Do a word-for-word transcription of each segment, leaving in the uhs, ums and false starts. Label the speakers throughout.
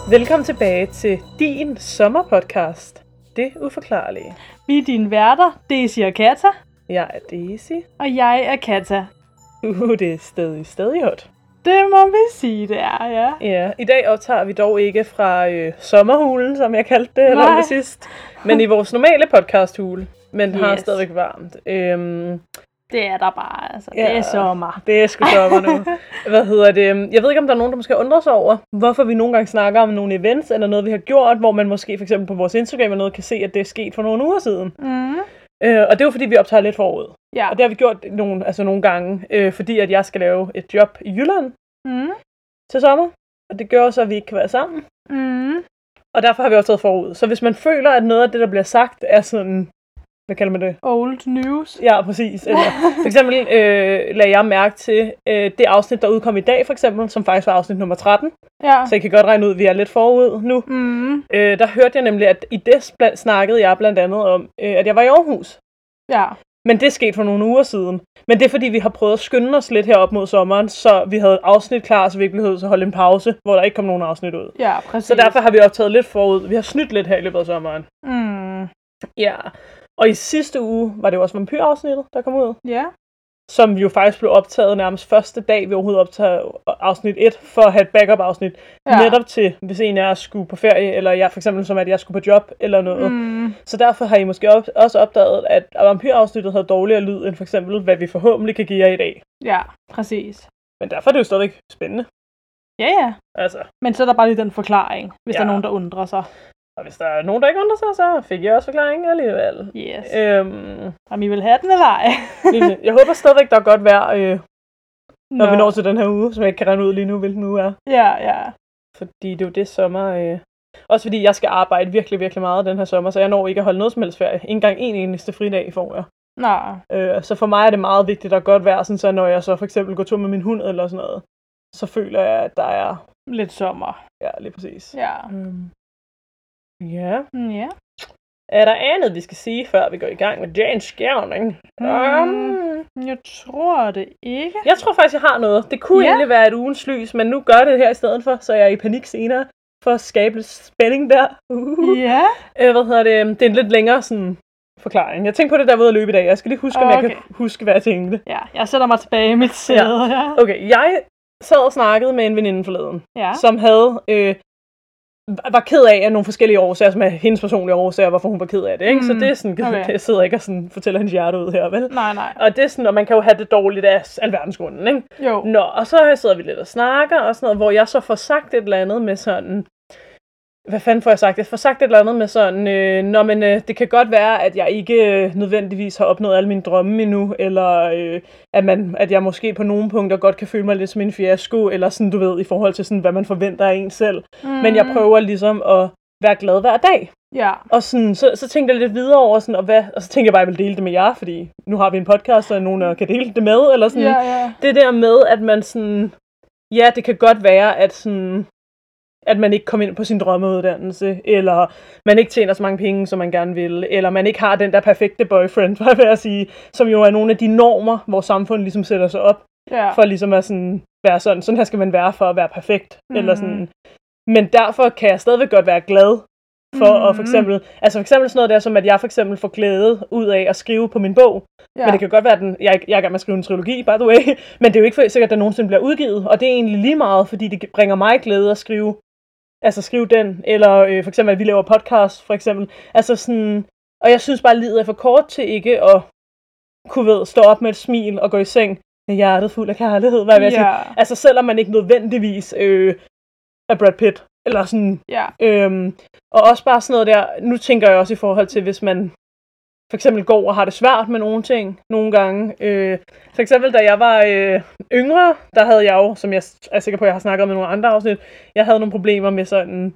Speaker 1: Velkommen tilbage til din sommerpodcast, Det Uforklarlige.
Speaker 2: Vi er dine værter, Daisy og Kata.
Speaker 1: Jeg er Daisy.
Speaker 2: Og jeg er Kata.
Speaker 1: Uh, det er stadig, stadig hot.
Speaker 2: Det må vi sige, det er, ja.
Speaker 1: Ja, i dag optager vi dog ikke fra øh, sommerhulen, som jeg kaldte det, eller det sidst, men i vores normale podcasthule, men yes. Har stadigvæk varmt. Øhm,
Speaker 2: det er der bare, altså.
Speaker 1: Ja,
Speaker 2: det er sommer.
Speaker 1: Det er sgu sommer nu. Hvad hedder det? Jeg ved ikke, om der er nogen, der måske undrer sig over, hvorfor vi nogle gange snakker om nogle events, eller noget, vi har gjort, hvor man måske for eksempel på vores Instagram eller noget kan se, at det er sket for nogle uger siden.
Speaker 2: Mm.
Speaker 1: Øh, og det er jo fordi, vi optager lidt forud.
Speaker 2: Ja.
Speaker 1: Og det har vi gjort nogle, altså nogle gange, øh, fordi at jeg skal lave et job i Jylland
Speaker 2: mm.
Speaker 1: til sommer. Og det gør så, at vi ikke kan være sammen.
Speaker 2: Mm. Og
Speaker 1: derfor har vi optaget forud. Så hvis man føler, at noget af det, der bliver sagt, er sådan... Hvad kalder man det?
Speaker 2: Old news.
Speaker 1: Ja, præcis. Eller, for eksempel øh, lagde jeg mærke til øh, det afsnit, der udkom i dag, for eksempel, som faktisk var afsnit nummer tretten.
Speaker 2: Ja.
Speaker 1: Så jeg kan godt regne ud, at vi er lidt forud nu.
Speaker 2: Mm.
Speaker 1: Øh, der hørte jeg nemlig, at i det bl- snakkede jeg blandt andet om, øh, at jeg var i Aarhus.
Speaker 2: Ja.
Speaker 1: Men det skete for nogle uger siden. Men det er fordi, vi har prøvet at skynde os lidt herop mod sommeren, så vi havde et afsnit klar, så vi ikke behøvede at holde en pause, hvor der ikke kom nogen afsnit ud.
Speaker 2: Ja, præcis.
Speaker 1: Så derfor har vi optaget lidt forud. Vi har snydt lidt her i løbet af sommeren.
Speaker 2: Mm.
Speaker 1: Ja. Og i sidste uge var det jo også vampyrafsnittet, der kom ud.
Speaker 2: Ja.
Speaker 1: Som jo faktisk blev optaget nærmest første dag, vi overhovedet optaget afsnit et, for at have et backup-afsnit. Ja. Netop til, hvis en af jer skulle på ferie, eller jeg for eksempel som at jeg skulle på job, eller noget.
Speaker 2: Mm.
Speaker 1: Så derfor har I måske op- også opdaget, at vampyrafsnittet havde dårligere lyd, end for eksempel, hvad vi forhåbentlig kan give jer i dag.
Speaker 2: Ja, præcis.
Speaker 1: Men derfor er det jo stadigvæk spændende.
Speaker 2: Ja, ja.
Speaker 1: Altså.
Speaker 2: Men så er der bare lige den forklaring, hvis ja. der er nogen, der undrer sig.
Speaker 1: Og hvis der er nogen, der ikke undrer sig, så fik jeg også forklaringen alligevel.
Speaker 2: Yes.
Speaker 1: Øhm,
Speaker 2: Om I vil have den eller ej.
Speaker 1: Jeg håber stadigvæk, der er godt vejr, øh, når
Speaker 2: Nå.
Speaker 1: vi når til den her uge, som jeg ikke kan regne ud lige nu, hvilken uge er.
Speaker 2: Ja, ja.
Speaker 1: Fordi det er jo det sommer. Øh. Også fordi jeg skal arbejde virkelig, virkelig meget den her sommer, så jeg når ikke at holde noget som helst ferie. Ikke engang en eneste fridag får jeg.
Speaker 2: Nå.
Speaker 1: Øh, så for mig er det meget vigtigt at godt vejr, sådan så når jeg så for eksempel går tur med min hund eller sådan noget, så føler jeg, at der er...
Speaker 2: Lidt sommer.
Speaker 1: Ja, lige præcis.
Speaker 2: Ja.
Speaker 1: Um. Ja.
Speaker 2: Ja.
Speaker 1: Er der andet, vi skal sige, før vi går i gang med dagens skærning?
Speaker 2: Mm, um, jeg tror det ikke.
Speaker 1: Jeg tror faktisk, jeg har noget. Det kunne ja. egentlig være et ugens lys, men nu gør det her i stedet for, så jeg er i panik senere for at skabe lidt spænding der. Uh.
Speaker 2: Ja.
Speaker 1: Øh, hvad hedder det? Det er en lidt længere sådan, forklaring. Jeg tænkte på det der ved at løbe i dag. Jeg skal lige huske, okay. om jeg kan huske, hvad jeg tænkte.
Speaker 2: Ja, jeg sætter mig tilbage i mit sæde.
Speaker 1: Ja. Okay, jeg sad og snakkede med en veninde forleden,
Speaker 2: ja.
Speaker 1: som havde... Øh, var ked af af nogle forskellige årsager, som er hendes personlige årsager, hvorfor hun var ked af det, ikke? Mm, så det er sådan, okay. Jeg sidder ikke og sådan, fortæller hendes hjerte ud her, vel?
Speaker 2: Nej, nej.
Speaker 1: Og det er sådan, og man kan jo have det dårligt af alverdens grunden, ikke?
Speaker 2: Jo.
Speaker 1: Nå, og så sidder vi lidt og snakker, og sådan noget, hvor jeg så får sagt et eller andet med sådan, hvad fanden får jeg sagt? Jeg får sagt et eller andet med sådan, øh, nå, men øh, det kan godt være, at jeg ikke øh, nødvendigvis har opnået alle mine drømme endnu, eller øh, at, man, at jeg måske på nogle punkter godt kan føle mig lidt som en fiasko, eller sådan, du ved, i forhold til sådan, hvad man forventer af en selv. Mm. Men jeg prøver ligesom at være glad hver dag.
Speaker 2: Ja.
Speaker 1: Og sådan, så, så tænkte jeg lidt videre over, sådan, og, hvad, og så tænkte jeg bare, at jeg vil dele det med jer, fordi nu har vi en podcast, og nogen kan dele det med, eller sådan.
Speaker 2: Ja, ja.
Speaker 1: Det der med, at man sådan, ja, det kan godt være, at sådan... at man ikke kommer ind på sin drømmeuddannelse, eller man ikke tjener så mange penge, som man gerne vil, eller man ikke har den der perfekte boyfriend, hvad vil jeg sige, som jo er nogle af de normer, hvor samfundet ligesom sætter sig op,
Speaker 2: ja.
Speaker 1: for ligesom at sådan, være sådan, sådan her skal man være for at være perfekt, mm. eller sådan. Men derfor kan jeg stadigvæk godt være glad for mm. at for eksempel, altså for eksempel sådan noget der, som at jeg for eksempel får glæde ud af at skrive på min bog, ja. Men det kan godt være, at den, jeg, jeg er i gang med at skrive en trilogi, by the way, men det er jo ikke for, sikkert, at den nogensinde bliver udgivet, og det er egentlig lige meget, fordi det bringer mig glæde at skrive Altså skrive den, eller øh, for eksempel, at vi laver podcast, for eksempel. Altså sådan, og jeg synes bare, at livet er for kort til ikke at kunne ved, stå op med et smil og gå i seng med hjertet fuld af kærlighed, hvad jeg vil
Speaker 2: yeah.
Speaker 1: sige. Altså selvom man ikke nødvendigvis øh, er Brad Pitt, eller sådan.
Speaker 2: Yeah.
Speaker 1: Øhm, og også bare sådan noget der, nu tænker jeg også i forhold til, hvis man for eksempel går og har det svært med nogle ting, nogle gange. Øh, for eksempel, da jeg var øh, yngre, der havde jeg jo, som jeg er sikker på, jeg har snakket med nogle andre afsnit, jeg havde nogle problemer med sådan,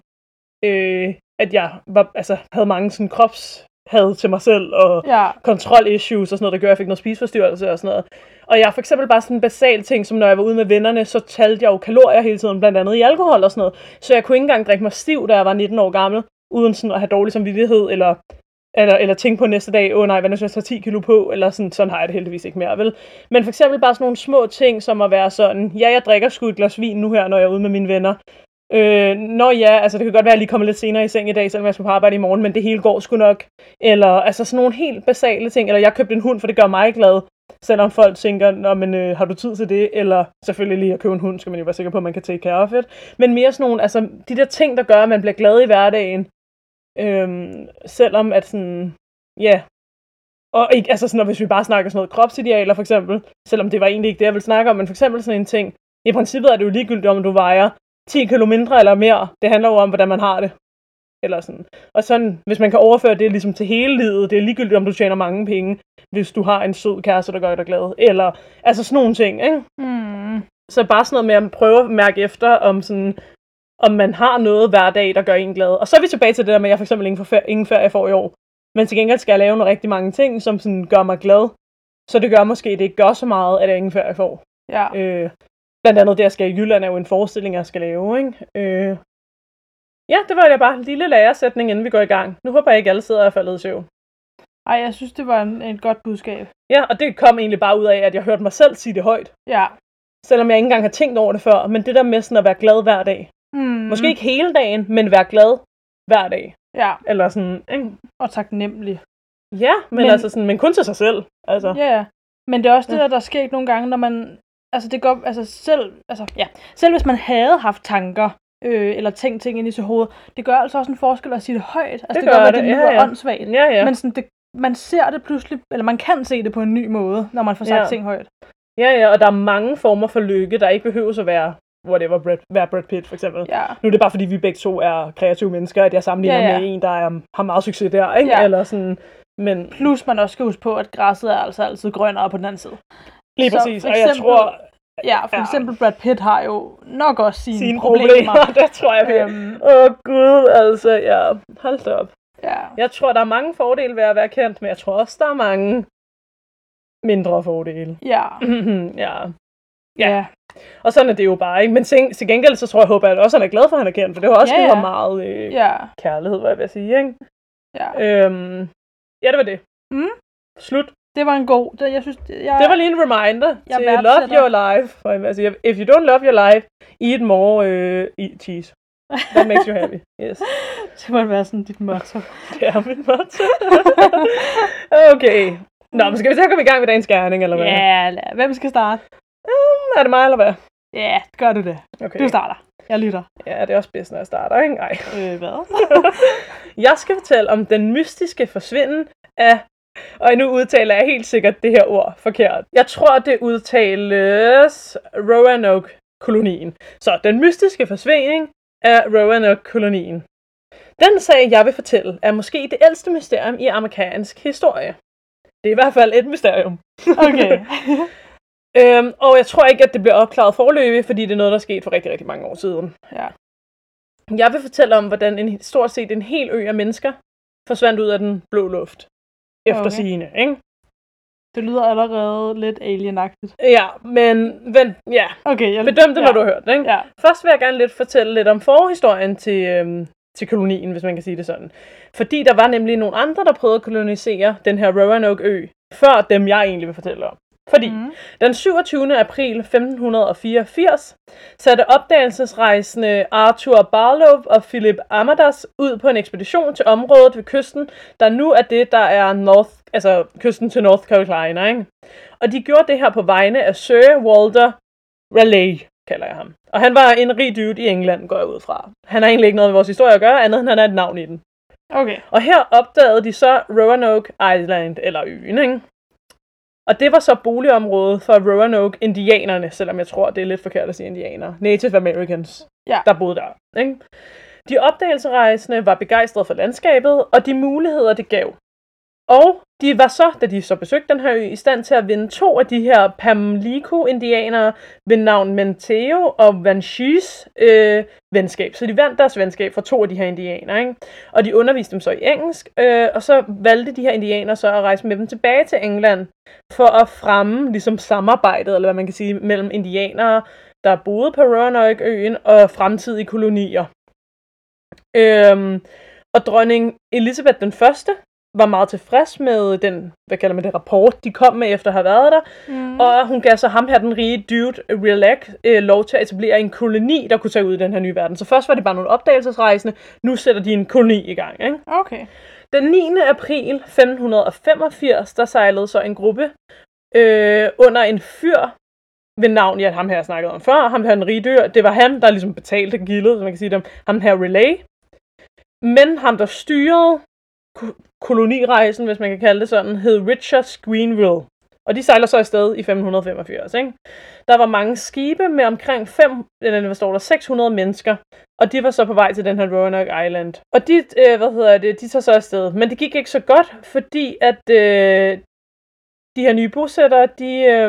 Speaker 1: øh, at jeg var, altså, havde mange sådan kropshad til mig selv, og ja. kontrol-issues og sådan noget, der gør, at jeg fik noget spiseforstyrrelse og sådan noget. Og jeg for eksempel bare sådan en basal ting, som når jeg var ude med vennerne, så talte jeg jo kalorier hele tiden, blandt andet i alkohol og sådan noget. Så jeg kunne ikke engang drikke mig stiv, da jeg var nitten år gammel, uden sådan at have dårlig samvittighed, eller Eller, eller tænke på næste dag, åh oh, nej, hvad nu skal jeg tage ti kilo på, eller sådan, sådan har jeg det heldigvis ikke mere, vel? Men for eksempel bare sådan nogle små ting, som at være sådan, ja, jeg drikker sgu et glas vin nu her, når jeg er ude med mine venner, Øh, nå ja, altså det kan godt være, at jeg lige kommer lidt senere i seng i dag, selvom jeg skal på arbejde i morgen, men det hele går sgu nok. Eller altså sådan nogle helt basale ting. Eller jeg købte en hund, for det gør mig glad. Selvom folk tænker, nå, men øh, har du tid til det? Eller selvfølgelig lige at købe en hund, skal man jo være sikker på, at man kan take care of it. Men mere sådan nogle, altså de der ting, der gør, at man bliver glad i hverdagen. Øhm, selvom at sådan, ja. Yeah. Og ikke, altså sådan, hvis vi bare snakker sådan noget kropsidealer for eksempel. Selvom det var egentlig ikke det, jeg ville snakke om. Men for eksempel sådan en ting. I princippet er det jo ligegyldigt, om du vejer ti kilo mindre eller mere. Det handler jo om, hvordan man har det. Eller sådan. Og sådan, hvis man kan overføre det ligesom til hele livet, det er ligegyldigt, om du tjener mange penge, hvis du har en sød kæreste, der gør dig glad. Eller, altså sådan nogle ting, ikke?
Speaker 2: Mm.
Speaker 1: Så bare sådan noget med at prøve at mærke efter, om sådan, om man har noget hver dag, der gør en glad. Og så er vi tilbage til det der med, at jeg for eksempel ingen, ferie, ingen ferie får i år. Men til gengæld skal jeg lave nogle rigtig mange ting, som sådan gør mig glad. Så det gør måske, at det ikke gør så meget, at jeg ingen ferie får.
Speaker 2: Ja.
Speaker 1: Øh, blandt andet det, jeg skal i Jylland, er jo en forestilling, jeg skal lave, ikke? Øh, Ja, det var det bare en lille læresætning, inden vi går i gang. Nu håber jeg ikke, alle sidder og faldet i søvn.
Speaker 2: Ej, jeg synes, det var en, et godt budskab.
Speaker 1: Ja, og det kom egentlig bare ud af, at jeg hørte mig selv sige det højt.
Speaker 2: Ja.
Speaker 1: Selvom jeg ikke engang har tænkt over det før. Men det der med sådan at være glad hver dag.
Speaker 2: Mm.
Speaker 1: Måske ikke hele dagen, men være glad hver dag.
Speaker 2: Ja.
Speaker 1: Eller sådan, ikke?
Speaker 2: Og taknemmelig.
Speaker 1: Ja, men, men altså sådan, men kun til sig selv. Altså.
Speaker 2: Ja, ja. Men det er også det,
Speaker 1: ja.
Speaker 2: der, der sker nogle gange, når man, altså det går, altså selv, altså ja, selv hvis man havde haft tanker, øh, eller tænkt ting ind i sit hoved, det gør altså også en forskel at sige det højt. Altså det, det gør, gør det, det lyder ja, ja. åndssvagt.
Speaker 1: Ja, ja.
Speaker 2: Men sådan, det, man ser det pludselig, eller man kan se det på en ny måde, når man får sagt ja. ting højt.
Speaker 1: Ja, ja, og der er mange former for lykke, der ikke behøver at være, whatever, Brad, være Brad Pitt for eksempel.
Speaker 2: Ja.
Speaker 1: Nu er det bare fordi, vi begge to er kreative mennesker, at jeg sammenligner ja, ja. med en, der er, har meget succes der, ikke? Ja. Eller sådan, men...
Speaker 2: Plus man også skal huske på, at græsset er altså altid grønnere på den anden side.
Speaker 1: Lige så præcis, eksempel, og jeg tror...
Speaker 2: Ja, for ja. eksempel Brad Pitt har jo nok også sine,
Speaker 1: sine
Speaker 2: problemer.
Speaker 1: problemer. Det tror jeg virkelig. Åh oh, gud, altså, ja. Hold da op.
Speaker 2: Ja.
Speaker 1: Jeg tror, der er mange fordele ved at være kendt, men jeg tror også, der er mange mindre fordele.
Speaker 2: Ja.
Speaker 1: ja.
Speaker 2: Ja. Ja.
Speaker 1: Og sådan er det jo bare, ikke? Men til, til gengæld, så tror jeg, håber jeg også, han er glad for, at han er kendt, for det har også
Speaker 2: ja,
Speaker 1: givet
Speaker 2: ja.
Speaker 1: ham meget øh,
Speaker 2: ja.
Speaker 1: kærlighed, hvad jeg vil sige, ikke?
Speaker 2: Ja.
Speaker 1: Øhm, ja, det var det.
Speaker 2: Mm.
Speaker 1: Slut.
Speaker 2: Det var en god, det, jeg synes, jeg,
Speaker 1: det var lige en reminder
Speaker 2: jeg
Speaker 1: til love your life. Altså, if you don't love your life, eat more uh, eat cheese. That makes you happy. Yes.
Speaker 2: Det må være sådan dit motto.
Speaker 1: Det er mit motto. Okay. Nå, men skal vi så komme i gang med dagens gerning, eller hvad?
Speaker 2: Ja, lad. Hvem skal starte?
Speaker 1: Um, er det mig, eller hvad?
Speaker 2: Ja, gør du det.
Speaker 1: Okay.
Speaker 2: Du starter. Jeg lytter.
Speaker 1: Ja, det er også bedst, når jeg starter, ikke? Nej.
Speaker 2: Øh, hvad?
Speaker 1: Jeg skal fortælle om den mystiske forsvinden af... Og nu udtaler jeg helt sikkert det her ord forkert. Jeg tror, det udtales Roanoke-kolonien. Så den mystiske forsvinding af Roanoke-kolonien. Den sag, jeg vil fortælle, er måske det ældste mysterium i amerikansk historie. Det er i hvert fald et mysterium.
Speaker 2: Okay.
Speaker 1: øhm, og jeg tror ikke, at det bliver opklaret forløbig, fordi det er noget, der er sket for rigtig, rigtig mange år siden.
Speaker 2: Ja.
Speaker 1: Jeg vil fortælle om, hvordan en stort set en hel ø af mennesker forsvandt ud af den blå luft. Efter okay. sigende, ikke?
Speaker 2: Det lyder allerede lidt alienagtigt.
Speaker 1: Ja, men vent, ja.
Speaker 2: Okay, jeg...
Speaker 1: Bedøm det,
Speaker 2: ja.
Speaker 1: når du har hørt det, ikke?
Speaker 2: Ja.
Speaker 1: Først vil jeg gerne lidt fortælle lidt om forhistorien til, øhm, til kolonien, hvis man kan sige det sådan. Fordi der var nemlig nogle andre, der prøvede at kolonisere den her Roanoke-ø, før dem, jeg egentlig vil fortælle om. Fordi mm. den syvogtyvende april femten fireogfirs satte opdagelsesrejsende Arthur Barlow og Philip Amadas ud på en ekspedition til området ved kysten, der nu er det, der er North, altså kysten til North Carolina, ikke? Og de gjorde det her på vegne af Sir Walter Raleigh, kalder jeg ham. Og han var en rig dude i England, går jeg ud fra. Han har egentlig ikke noget med vores historie at gøre, andet end han er et navn i den.
Speaker 2: Okay.
Speaker 1: Og her opdagede de så Roanoke Island, eller øen, ikke? Og det var så boligområdet for Roanoke-indianerne, selvom jeg tror, det er lidt forkert at sige indianere. Native Americans,
Speaker 2: ja.
Speaker 1: der boede der. Ikke? De opdagelsesrejsende var begejstrede for landskabet, og de muligheder, det gav. Og de var så, da de så besøgte den her ø, i stand til at vinde to af de her Pamlico-indianere ved navn Menteo og Vanchis øh, venskab. Så de vandt deres venskab fra to af de her indianere, ikke? Og de underviste dem så i engelsk, øh, og så valgte de her indianere så at rejse med dem tilbage til England for at fremme ligesom samarbejdet, eller hvad man kan sige, mellem indianere, der boede på Roanoke-øen, og fremtidige kolonier. Øhm, og dronning Elizabeth den første, var meget tilfreds med den, hvad kalder man det, rapport, de kom med efter at have været der. Mm. Og hun gav så ham her, den rige dude, Relax, øh, lov til at etablere en koloni, der kunne tage ud i den her nye verden. Så først var det bare nogle opdagelsesrejsende, nu sætter de en koloni i gang. Ikke?
Speaker 2: Okay.
Speaker 1: Den niende april femten femogfirs, der sejlede så en gruppe øh, under en fyr ved navn, ja, ham her jeg snakkede om før, ham her den rige dyr, det var han, der ligesom betalte gildet, så man kan sige dem, ham her Relay. Men ham, der styrede kolonirejsen, hvis man kan kalde det sådan, hed Richard Greenville. Og de sejler så afsted i femten femogfirs, ikke? Der var mange skibe med omkring fem, eller hvad står der, seks hundrede mennesker, og de var så på vej til den her Roanoke Island. Og de, øh, hvad hedder det, de tager så afsted. Men det gik ikke så godt, fordi at øh, de her nye bosættere, de øh,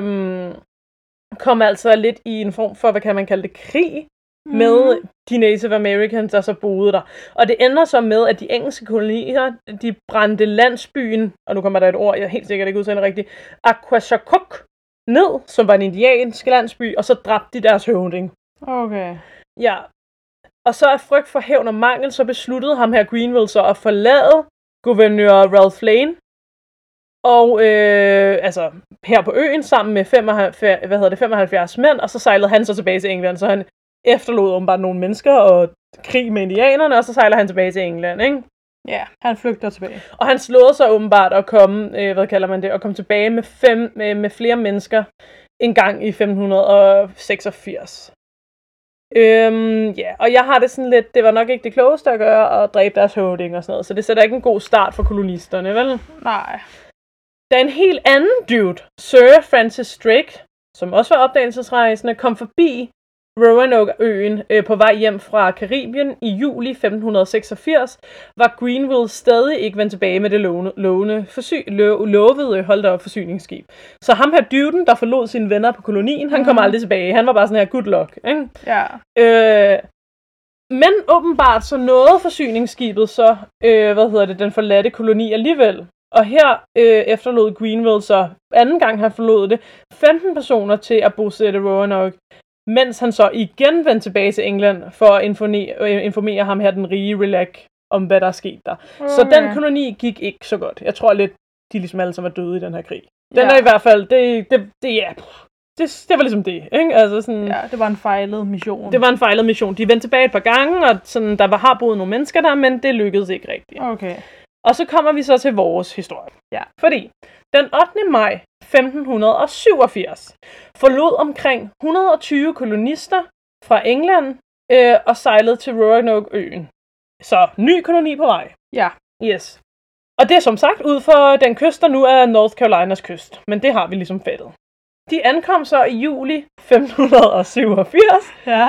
Speaker 1: kom altså lidt i en form for, hvad kan man kalde det, krig mm. med de Native Americans, der så boede der. Og det ender så med, at de engelske kolonier, de brændte landsbyen, og nu kommer der et ord, jeg helt sikkert ikke udtaler rigtigt, Aquashakok ned, som var en indiansk landsby, og så dræbte de deres høvding.
Speaker 2: Okay.
Speaker 1: Ja. Og så af frygt for hævn og mangel, så besluttede ham her Greenville så at forlade guvernør Ralph Lane, og øh, altså her på øen sammen med femoghalvfjerds, hvad hedder det, femoghalvfjerds mænd, og så sejlede han så tilbage til England, så han efterlod åbenbart nogle mennesker og krig med indianerne, og så sejler han tilbage til England, ikke?
Speaker 2: Ja, han flygter tilbage.
Speaker 1: Og han slåede sig åbenbart at komme, øh, hvad kalder man det, at komme tilbage med, fem, med, med flere mennesker en gang i femten seksogfirs. Øhm, ja, og jeg har det sådan lidt, det var nok ikke det klogeste at gøre, at dræbe deres høvding og sådan noget, så det sætter ikke en god start for kolonisterne, vel?
Speaker 2: Nej.
Speaker 1: Da en helt anden dude, Sir Francis Drake, som også var opdagelsesrejsende, kom forbi Roanoke-øen øh, på vej hjem fra Karibien i juli femten seksogfirs, var Greenville stadig ikke vendt tilbage med det lovende, lovende forsy- lo- lovede holdt op forsyningsskib. Så ham her duden, der forlod sine venner på kolonien, han kom mm. aldrig tilbage. Han var bare sådan her, good luck. Ikke?
Speaker 2: Ja.
Speaker 1: Øh, men åbenbart så nåede forsyningsskibet så, øh, hvad hedder det, den forladte koloni alligevel. Og her øh, efterlod Greenville så, anden gang han forlod det, femten personer til at bosætte Roanoke, mens han så igen vendte tilbage til England for at informere, informere ham her, den rige Relax, om hvad der er sket der. Okay. Så den koloni gik ikke så godt. Jeg tror lidt, de ligesom alle sammen er døde i den her krig. Den ja. er i hvert fald, det, det, det ja, det, det var ligesom det, ikke? Altså sådan,
Speaker 2: ja, det var en fejlet mission.
Speaker 1: Det var en fejlet mission. De vendte tilbage et par gange, og sådan, der var, har boet nogle mennesker der, men det lykkedes ikke rigtigt.
Speaker 2: Okay.
Speaker 1: Og så kommer vi så til vores historie.
Speaker 2: Ja.
Speaker 1: Fordi den ottende maj femten syvogfirs forlod omkring et hundrede og tyve kolonister fra England øh, og sejlede til Roanoke-øen. Så ny koloni på vej.
Speaker 2: Ja.
Speaker 1: Yes. Og det er som sagt ud for den kyst, der nu er North Carolinas kyst. Men det har vi ligesom fattet. De ankom så i juli femten syvogfirs.
Speaker 2: Ja.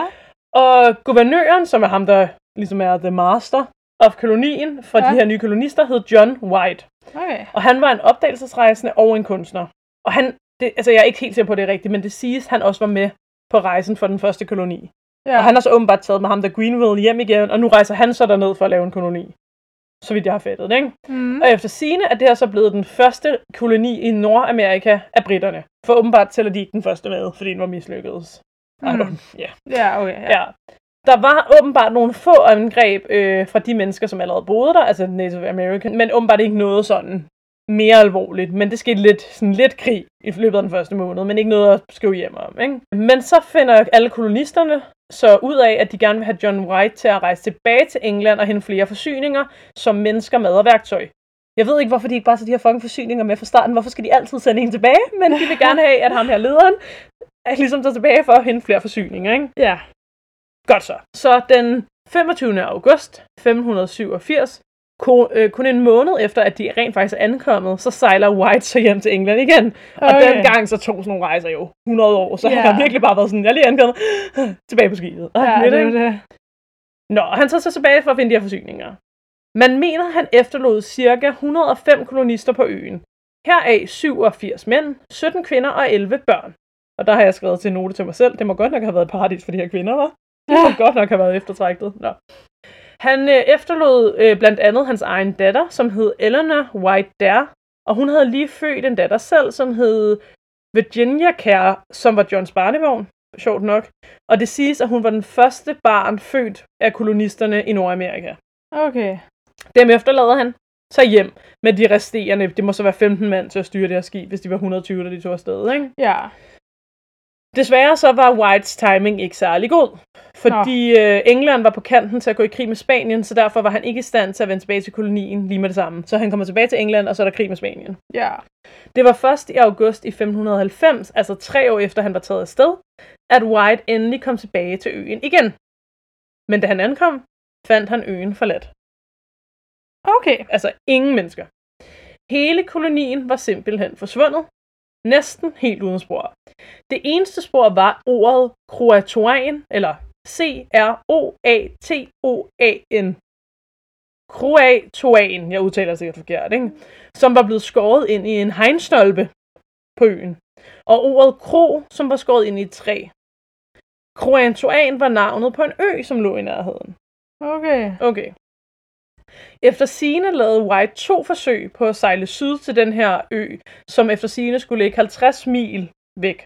Speaker 1: Og guvernøren, som er ham, der ligesom er the master of kolonien fra ja. de her nye kolonister, hed John White.
Speaker 2: Okay.
Speaker 1: Og han var en opdagelsesrejsende og en kunstner. Og han, det, altså jeg er ikke helt sikker på, det er rigtigt, men det siges, at han også var med på rejsen for den første koloni. Ja. Og han har så åbenbart taget med ham, der Greenville, hjem igen, og nu rejser han så derned for at lave en koloni. Så vidt jeg har fattet, ikke? Mm. Og efter sigende er det her så blevet den første koloni i Nordamerika af britterne. For åbenbart tæller de ikke den første med, fordi den var mislykkedes.
Speaker 2: Mm. Yeah. Ja, okay. Ja.
Speaker 1: Ja. Der var åbenbart nogle få angreb øh, fra de mennesker, som allerede boede der, altså Native American, men åbenbart ikke noget sådan mere alvorligt. Men det skete lidt, sådan lidt krig i løbet af den første måned, men ikke noget at skrive hjem om. Ikke? Men så finder alle kolonisterne så ud af, at de gerne vil have John White til at rejse tilbage til England og hente flere forsyninger, som mennesker, mad og værktøj. Jeg ved ikke, hvorfor de ikke bare tager de her fucking forsyninger med fra starten. Hvorfor skal de altid sende en tilbage? Men de vil gerne have, at ham her lederen er ligesom tager tilbage for at hente flere forsyninger. Ikke?
Speaker 2: Ja.
Speaker 1: Godt så. Så den femogtyvende august femten syvogfirs, kun en måned efter, at de rent faktisk er ankommet, så sejler White så hjem til England igen. Og okay. dengang så tog sådan nogle rejser jo hundrede år, så yeah. han har virkelig bare været sådan, jeg er lige ankommet, tilbage på skibet.
Speaker 2: Ja, det er det.
Speaker 1: Nå, han tager så tilbage for at finde de her forsyninger. Man mener, han efterlod cirka et hundrede og fem kolonister på øen. Heraf syvogfirs mænd, sytten kvinder og elleve børn. Og der har jeg skrevet til note til mig selv, det må godt nok have været et paradis for de her kvinder, var. Det må ja. godt nok have været eftertragtet. Nå. Han øh, efterlod øh, blandt andet hans egen datter, som hed Eleanor White Dare, og hun havde lige født en datter selv, som hed Virginia Care, som var Johns barnevogn, sjovt nok. Og det siges, at hun var den første barn født af kolonisterne i Nordamerika.
Speaker 2: Okay.
Speaker 1: Dem efterlader han. tage hjem med de resterende. Det må så være femten mand til at styre det her skib, hvis de var et hundrede og tyve, da de tog afsted, ikke?
Speaker 2: Ja.
Speaker 1: Desværre så var Whites timing ikke særlig god, fordi øh, England var på kanten til at gå i krig med Spanien, så derfor var han ikke i stand til at vende tilbage til kolonien lige med det samme. Så han kommer tilbage til England, og så er der krig med Spanien.
Speaker 2: Ja.
Speaker 1: Det var først i august i femten halvfems, altså tre år efter han var taget afsted, at White endelig kom tilbage til øen igen. Men da han ankom, fandt han øen forladt.
Speaker 2: Okay.
Speaker 1: Altså ingen mennesker. Hele kolonien var simpelthen forsvundet. Næsten helt uden spor. Det eneste spor var ordet Croatoan, eller C R O A T O A N. Croatoan, jeg udtaler sikkert forkert, ikke? Som var blevet skåret ind i en hegnstolpe på øen. Og ordet kro, som var skåret ind i et træ. Croatoan var navnet på en ø, som lå i nærheden.
Speaker 2: Okay.
Speaker 1: Okay. Efter sigende lavede White to forsøg på at sejle syd til den her ø, som efter sigende skulle ligge halvtreds mil væk.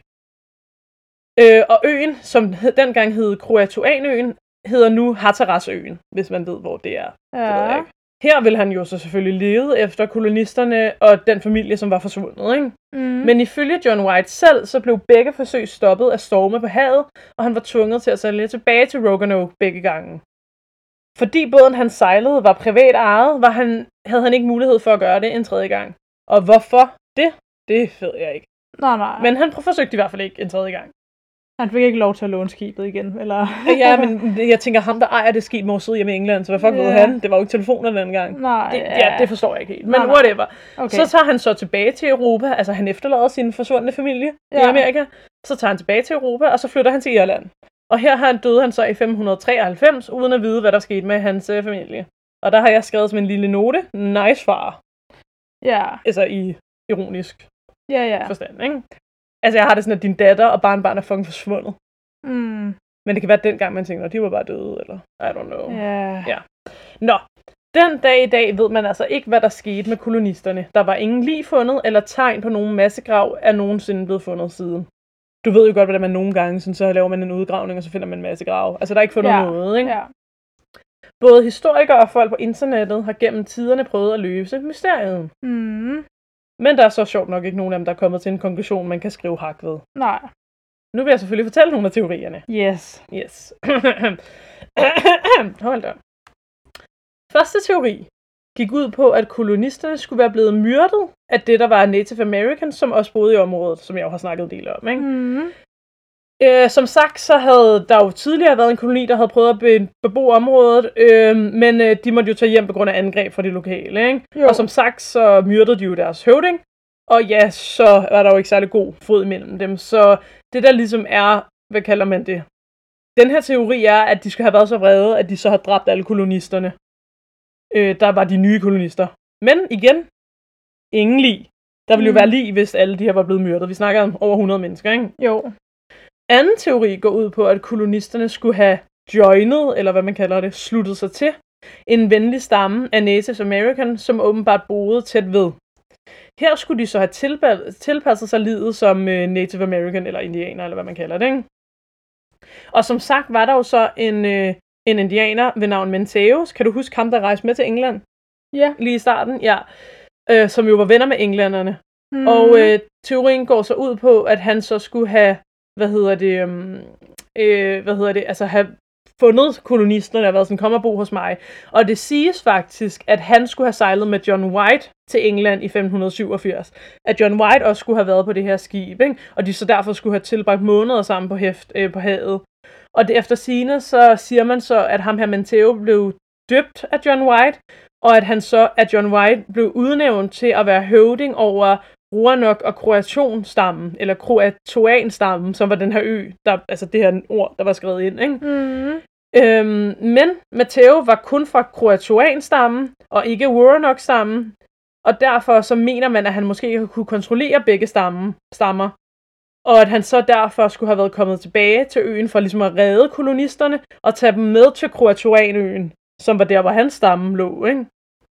Speaker 1: Øh, og øen, som dengang hed Croatoanøen, hedder nu Hatterasøen, hvis man ved, hvor det er.
Speaker 2: Ja.
Speaker 1: Det ved jeg ikke. Her vil han jo så selvfølgelig lede efter kolonisterne og den familie, som var forsvundet, ikke?
Speaker 2: Mm.
Speaker 1: Men ifølge John White selv, så blev begge forsøg stoppet af storme på havet, og han var tvunget til at sejle tilbage til Roanoke begge gange. Fordi båden han sejlede var privat ejet, var han, havde han ikke mulighed for at gøre det en tredje gang. Og hvorfor det? Det ved jeg ikke.
Speaker 2: Nej, nej.
Speaker 1: Men han forsøgte i hvert fald ikke en tredje gang.
Speaker 2: Han fik ikke lov til at låne skibet igen, eller?
Speaker 1: Ja, men jeg tænker, ham der ejer det skib må sidde hjemme i England, så hvad fuck yeah. ved han? Det var jo ikke telefoner dengang.
Speaker 2: Nej,
Speaker 1: det,
Speaker 2: ja.
Speaker 1: ja, det forstår jeg ikke helt. Men
Speaker 2: nej,
Speaker 1: whatever.
Speaker 2: Okay.
Speaker 1: Så tager han så tilbage til Europa, altså han efterlader sin forsvundne familie ja. i Amerika. Så tager han tilbage til Europa, og så flytter han til Irland. Og her han døde han så i femten treoghalvfems, uden at vide, hvad der skete med hans øh, familie. Og der har jeg skrevet som en lille note, nice far.
Speaker 2: Ja.
Speaker 1: Altså i ironisk
Speaker 2: ja, ja.
Speaker 1: forstand, ikke? Altså jeg har det sådan, at din datter og barnbarn er fucking forsvundet.
Speaker 2: Mm.
Speaker 1: Men det kan være, at dengang man tænker, at de var bare døde, eller I don't know.
Speaker 2: Yeah.
Speaker 1: Ja. Nå, den dag i dag ved man altså ikke, hvad der skete med kolonisterne. Der var ingen lig fundet, eller tegn på nogen massegrav er nogensinde blevet fundet siden. Du ved jo godt, hvordan man nogle gange, sådan, så laver man en udgravning, og så finder man en masse grave. Altså, der er ikke fundet
Speaker 2: ja.
Speaker 1: noget, ikke?
Speaker 2: Ja.
Speaker 1: Både historikere og folk på internettet har gennem tiderne prøvet at løse mysteriet.
Speaker 2: Mm.
Speaker 1: Men der er så sjovt nok ikke nogen af dem, der er kommet til en konklusion, man kan skrive hak ved.
Speaker 2: Nej.
Speaker 1: Nu vil jeg selvfølgelig fortælle nogle af teorierne.
Speaker 2: Yes.
Speaker 1: Yes. Hold da. Første teori gik ud på, at kolonisterne skulle være blevet myrdet af det, der var Native Americans, som også boede i området, som jeg jo har snakket en del om, ikke?
Speaker 2: Mm.
Speaker 1: Øh, som sagt, så havde der jo tidligere været en koloni, der havde prøvet at be- bebo området, øh, men øh, de måtte jo tage hjem på grund af angreb fra de lokale, ikke? Og som sagt, så myrdede de jo deres høvding, og ja, så var der jo ikke særlig god fod imellem dem. Så det der ligesom er, hvad kalder man det? Den her teori er, at de skulle have været så vrede, at de så har dræbt alle kolonisterne. Øh, der var de nye kolonister. Men igen, ingen lig. Der ville jo være lig, hvis alle de her var blevet myrdet. Vi snakker om over hundrede mennesker, ikke?
Speaker 2: Jo.
Speaker 1: Anden teori går ud på, at kolonisterne skulle have joinet, eller hvad man kalder det, sluttet sig til, en venlig stamme af Native Americans, som åbenbart boede tæt ved. Her skulle de så have tilpa- tilpasset sig livet som øh, Native American, eller indianer, eller hvad man kalder det, ikke? Og som sagt var der jo så en, øh, en indianer ved navn Menteus. Kan du huske ham, der rejste med til England?
Speaker 2: Ja.
Speaker 1: Lige i starten, ja. Øh, som jo var venner med englænderne. Mm. Og øh, teorien går så ud på, at han så skulle have, hvad hedder det, øhm, øh, hvad hedder det, altså have fundet kolonisterne og været sådan, kom og bo hos mig. Og det siges faktisk, at han skulle have sejlet med John White til England i femten syvogfirs. At John White også skulle have været på det her skib, ikke? Og de så derfor skulle have tilbragt måneder sammen på, heft, øh, på havet. Og det efter sigende, så siger man så, at ham her Menteo blev døbt af John White, og at han så, at John White blev udnævnt til at være høvding over Roanoke og Croatoan-stammen, eller Croatoan-stammen, som var den her ø, der, altså det her ord, der var skrevet ind, ikke?
Speaker 2: Mm.
Speaker 1: Øhm, men Matteo var kun fra Croatoan-stammen, og ikke Roanoke-stammen, og derfor så mener man, at han måske kunne kontrollere begge stammen, stammer, og at han så derfor skulle have været kommet tilbage til øen for ligesom at redde kolonisterne, og tage dem med til Croatoan-øen, som var der, hvor hans stamme lå, ikke?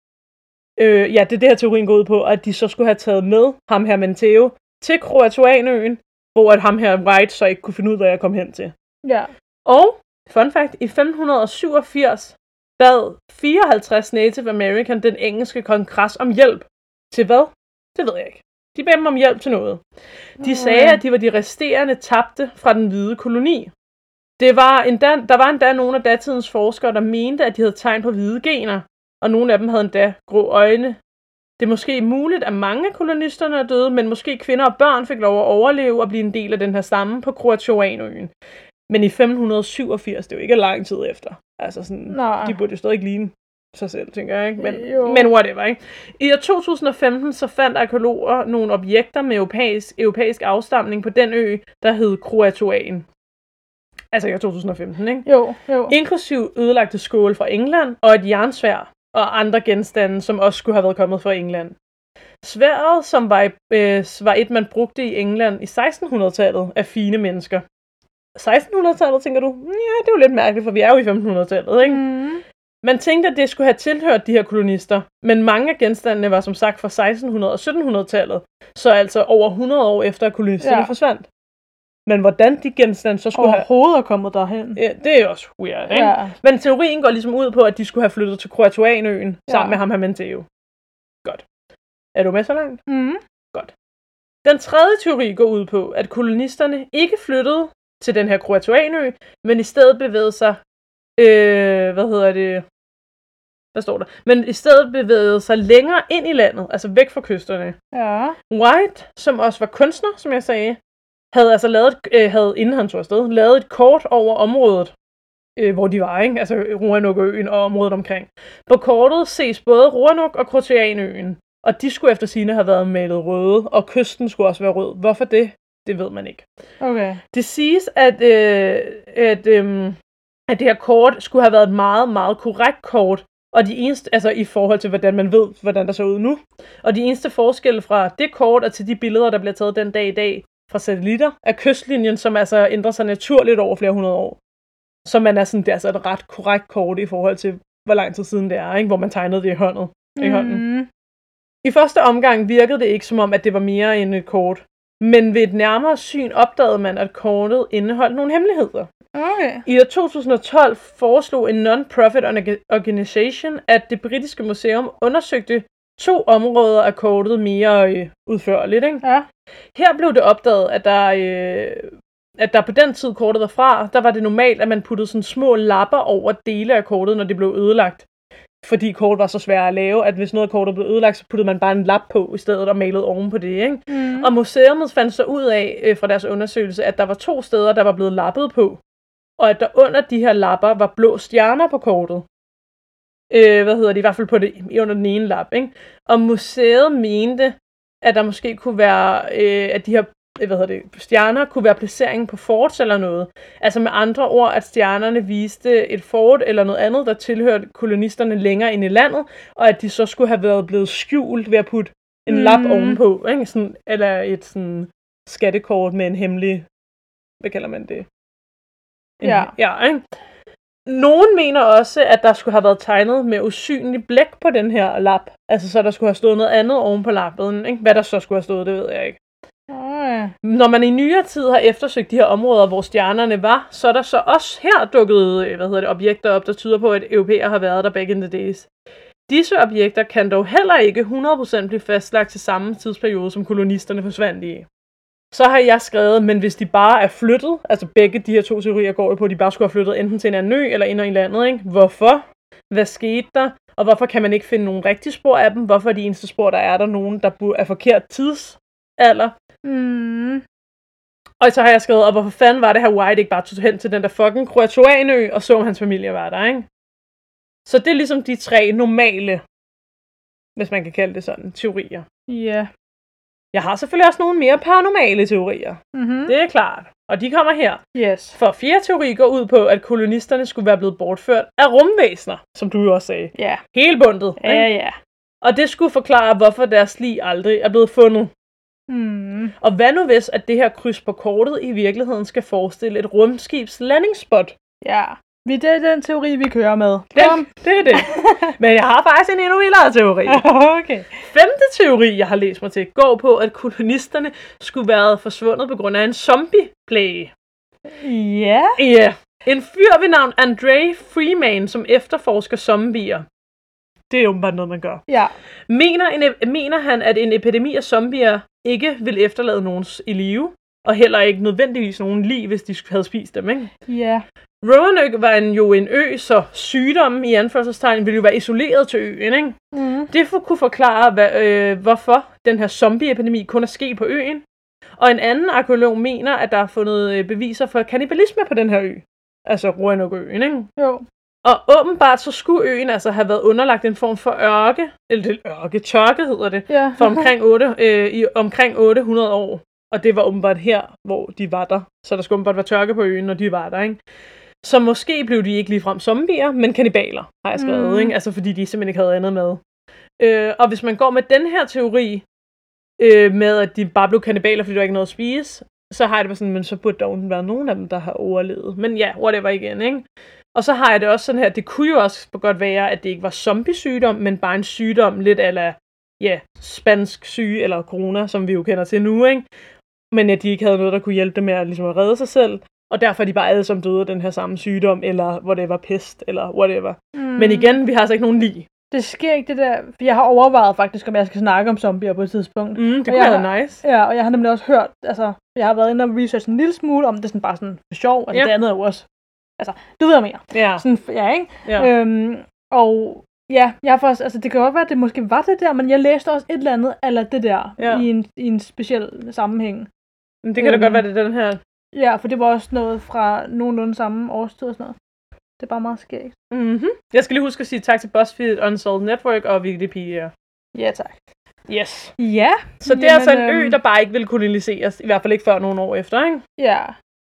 Speaker 1: Øh, ja, det er det her teorien går ud på, at de så skulle have taget med ham her Menteo til Croatoanøen, hvor at ham her White så ikke kunne finde ud af at komme hen til.
Speaker 2: Ja.
Speaker 1: Og, fun fact, i femten syvogfirs, bad fireoghalvtreds Native American den engelske kongres om hjælp. Til hvad? Det ved jeg ikke. De bad dem om hjælp til noget. De sagde, at de var de resterende tabte fra den hvide koloni. Det var endda, der var endda nogle af datidens forskere, der mente, at de havde tegn på hvide gener, og nogle af dem havde endda grå øjne. Det er måske muligt, at mange af kolonisterne er døde, men måske kvinder og børn fik lov at overleve og blive en del af den her stamme på Croatoanøen. Men i femten syvogfirs, det er jo ikke lang tid efter. Altså sådan, de burde jo stadig ikke ligne sig selv, tænker jeg, ikke? Men, men whatever, ikke? I år to tusind og femten så fandt arkæologer nogle objekter med europæisk, europæisk afstamning på den ø, der hed Croatoan. Altså i år to tusind og femten, ikke?
Speaker 2: Jo, jo.
Speaker 1: Inklusiv ødelagte skåle fra England og et jernsværd og andre genstande, som også skulle have været kommet fra England. Sværdet, som var, øh, var et, man brugte i England i sekstenhundredetallet af fine mennesker. sekstenhundredetallet, tænker du? Ja, det er jo lidt mærkeligt, for vi er jo i femtenhundredetallet, ikke?
Speaker 2: Mm.
Speaker 1: Man tænkte, at det skulle have tilhørt de her kolonister, men mange af genstandene var som sagt fra sekstenhundrede- og syttenhundredetallet, så altså over hundrede år efter, at kolonisterne ja. forsvandt. Men hvordan de genstande så skulle
Speaker 2: overhovedet have kommet derhen.
Speaker 1: Ja, det er også weird, ikke? Ja. Men teorien går ligesom ud på, at de skulle have flyttet til Croatoanøen ja. sammen med ham her Menteo. Godt. Er du med så langt?
Speaker 2: Mhm.
Speaker 1: Godt. Den tredje teori går ud på, at kolonisterne ikke flyttede til den her Croatoanø, men i stedet bevægede sig, øh, hvad hedder det, hvad står der? Men i stedet bevægede sig længere ind i landet, altså væk fra kysterne.
Speaker 2: Ja.
Speaker 1: White, som også var kunstner, som jeg sagde, havde altså lavet, øh, havde, inden han tog afsted, lavet et kort over området, øh, hvor de var, ikke? Altså Roanoke-øen og området omkring. På kortet ses både Roanoke og Croatoanøen, og de skulle efter sigende have været malet røde, og kysten skulle også være rød. Hvorfor det? Det ved man ikke.
Speaker 2: Okay.
Speaker 1: Det siges, at, øh, at, øh, at det her kort skulle have været et meget, meget korrekt kort, og de eneste, altså i forhold til, hvordan man ved, hvordan der så ud nu. Og de eneste forskelle fra det kort og til de billeder, der bliver taget den dag i dag fra satellitter, er kystlinjen, som altså ændrer sig naturligt over flere hundrede år. Så man er sådan, det er altså et ret korrekt kort i forhold til, hvor lang tid siden det er, ikke? Hvor man tegnede det i hånden. Mm. I hånden. I første omgang virkede det ikke som om, at det var mere end et kort. Men ved et nærmere syn opdagede man, at kortet indeholdt nogle hemmeligheder.
Speaker 2: Okay.
Speaker 1: I år to tusind og tolv foreslog en non-profit organisation, at det britiske museum undersøgte to områder af kortet mere øh, udførligt. Ikke?
Speaker 2: Ja.
Speaker 1: Her blev det opdaget, at der, øh, at der på den tid kortet var fra, der var det normalt, at man puttede sådan små lapper over dele af kortet, når det blev ødelagt. Fordi kort var så svært at lave, at hvis noget af kortet blev ødelagt, så puttede man bare en lap på i stedet og malede oven på det. Ikke? Mm. Og museet fandt så ud af øh, fra deres undersøgelse, at der var to steder, der var blevet lappet på. Og at der under de her lapper var blå stjerner på kortet. Øh, hvad hedder det? I hvert fald på det, under den ene lap. Ikke? Og museet mente, at der måske kunne være, øh, at de her hvad hedder det, stjerner kunne være placeringen på forts eller noget. Altså med andre ord, at stjernerne viste et fort eller noget andet, der tilhørte kolonisterne længere ind i landet, og at de så skulle have været blevet skjult ved at putte en mm. lap ovenpå, ikke? Sådan, eller et sådan skattekort med en hemmelig, hvad kalder man det? En,
Speaker 2: ja.
Speaker 1: Ja, ikke? Nogen mener også, at der skulle have været tegnet med usynlig blæk på den her lap. Altså så der skulle have stået noget andet oven på lappen, ikke? Hvad der så skulle have stået, det ved jeg ikke.
Speaker 2: Okay.
Speaker 1: Når man i nyere tid har eftersøgt de her områder, hvor stjernerne var, så er der så også her dukket hvad hedder det, objekter op, der tyder på, at europæer har været der back in the days. Disse objekter kan dog heller ikke hundrede procent blive fastlagt til samme tidsperiode, som kolonisterne forsvandt i. Så har jeg skrevet, men hvis de bare er flyttet, altså begge de her to teorier går jo på, at de bare skulle have flyttet enten til en anden ø eller ind i landet, ikke? Hvorfor? Hvad skete der? Og hvorfor kan man ikke finde nogen rigtige spor af dem? Hvorfor er de eneste spor, der er der nogen, der er forkert tidsalder?
Speaker 2: Mm.
Speaker 1: Og så har jeg skrevet, og hvorfor fanden var det her White ikke bare tog hen til den der fucking Croatoanø, og så om hans familie var der, ikke? Så det er ligesom de tre normale, hvis man kan kalde det sådan, teorier.
Speaker 2: Ja. Yeah.
Speaker 1: Jeg har selvfølgelig også nogle mere paranormale teorier.
Speaker 2: Mm-hmm.
Speaker 1: Det er klart. Og de kommer her.
Speaker 2: Yes.
Speaker 1: For fjerde teori går ud på, at kolonisterne skulle være blevet bortført af rumvæsener, som du jo også sagde.
Speaker 2: Ja. Yeah.
Speaker 1: Hele bundet.
Speaker 2: Ja, ja. Yeah.
Speaker 1: Og det skulle forklare, hvorfor deres lig aldrig er blevet fundet.
Speaker 2: Mm.
Speaker 1: Og hvad nu hvis, at det her kryds på kortet i virkeligheden skal forestille et rumskibs landingsspot?
Speaker 2: Ja, det er den teori, vi kører med.
Speaker 1: Det, det er det. Men jeg har faktisk en endnu vildere teori.
Speaker 2: Okay.
Speaker 1: Femte teori, jeg har læst mig til, går på, at kolonisterne skulle være forsvundet på grund af en zombie-plage.
Speaker 2: Ja.
Speaker 1: Ja, En fyr ved navn Andre Freeman, som efterforsker zombier. Det er åbenbart noget, man gør.
Speaker 2: Ja.
Speaker 1: Mener, en, mener han, at en epidemi af zombier ikke vil efterlade nogen i live, og heller ikke nødvendigvis nogen lig, hvis de havde spist dem, ikke?
Speaker 2: Ja.
Speaker 1: Roanoke var en, jo en ø, så sygdommen i anførselstegn ville jo være isoleret til øen, ikke?
Speaker 2: Mm.
Speaker 1: Det for, kunne forklare, hvad, øh, hvorfor den her zombieepidemi kun er sket på øen. Og en anden arkeolog mener, at der er fundet øh, beviser for kannibalisme på den her ø. Altså Roanoke-øen, ikke?
Speaker 2: Jo.
Speaker 1: Og åbenbart så skulle øen altså have været underlagt en form for ørke, eller det ørke, tørke hedder det,
Speaker 2: ja.
Speaker 1: for omkring, otte, øh, i omkring otte hundrede år. Og det var åbenbart her, hvor de var der. Så der skulle åbenbart være tørke på øen, når de var der, ikke? Så måske blev de ikke ligefrem zombier, men kannibaler, har jeg skrevet, mm. ikke? Altså fordi de simpelthen ikke havde andet mad. Øh, og hvis man går med den her teori, øh, med at de bare blev kannibaler, fordi der ikke noget at spise, så har jeg det sådan, men så burde der jo være nogen af dem, der har overlevet. Men ja, whatever igen, ikke? Og så har jeg det også sådan her, det kunne jo også godt være, at det ikke var zombie-sygdom, men bare en sygdom lidt ala, ja, spansk syge eller corona, som vi jo kender til nu, ikke? Men at de ikke havde noget, der kunne hjælpe dem med at, ligesom at redde sig selv. Og derfor er de bare alle som døde af den her samme sygdom, eller whatever, pest, eller whatever. Mm. Men igen, vi har altså ikke nogen lig.
Speaker 2: Det sker ikke det der, for jeg har overvejet faktisk, om jeg skal snakke om zombier på et tidspunkt.
Speaker 1: Mm, det kunne være nice.
Speaker 2: Ja, og jeg har nemlig også hørt, altså, jeg har været inde og researche en lille smule om det, sådan bare sådan for sjov, og altså, yep. Det andet er jo også, altså, du ved mere.
Speaker 1: Ja.
Speaker 2: Sådan, ja, ikke?
Speaker 1: Ja.
Speaker 2: Øhm, og ja, jeg har faktisk, altså det kan godt være, at det måske var det der, men jeg læste også et eller andet, eller det der, ja. i, en, i en speciel sammenhæng.
Speaker 1: Men det kan øhm, da godt være, det er den her.
Speaker 2: Ja, for det var også noget fra nogenlunde samme årstid og sådan noget. Det er bare meget skægt.
Speaker 1: Mm-hmm. Jeg skal lige huske at sige tak til BuzzFeed, Unsolved Network og Wikipedia.
Speaker 2: Ja, tak.
Speaker 1: Yes.
Speaker 2: Ja.
Speaker 1: Så det er altså en ø, der bare ikke vil koloniseres. I hvert fald ikke før nogle år efter, ikke?
Speaker 2: Ja.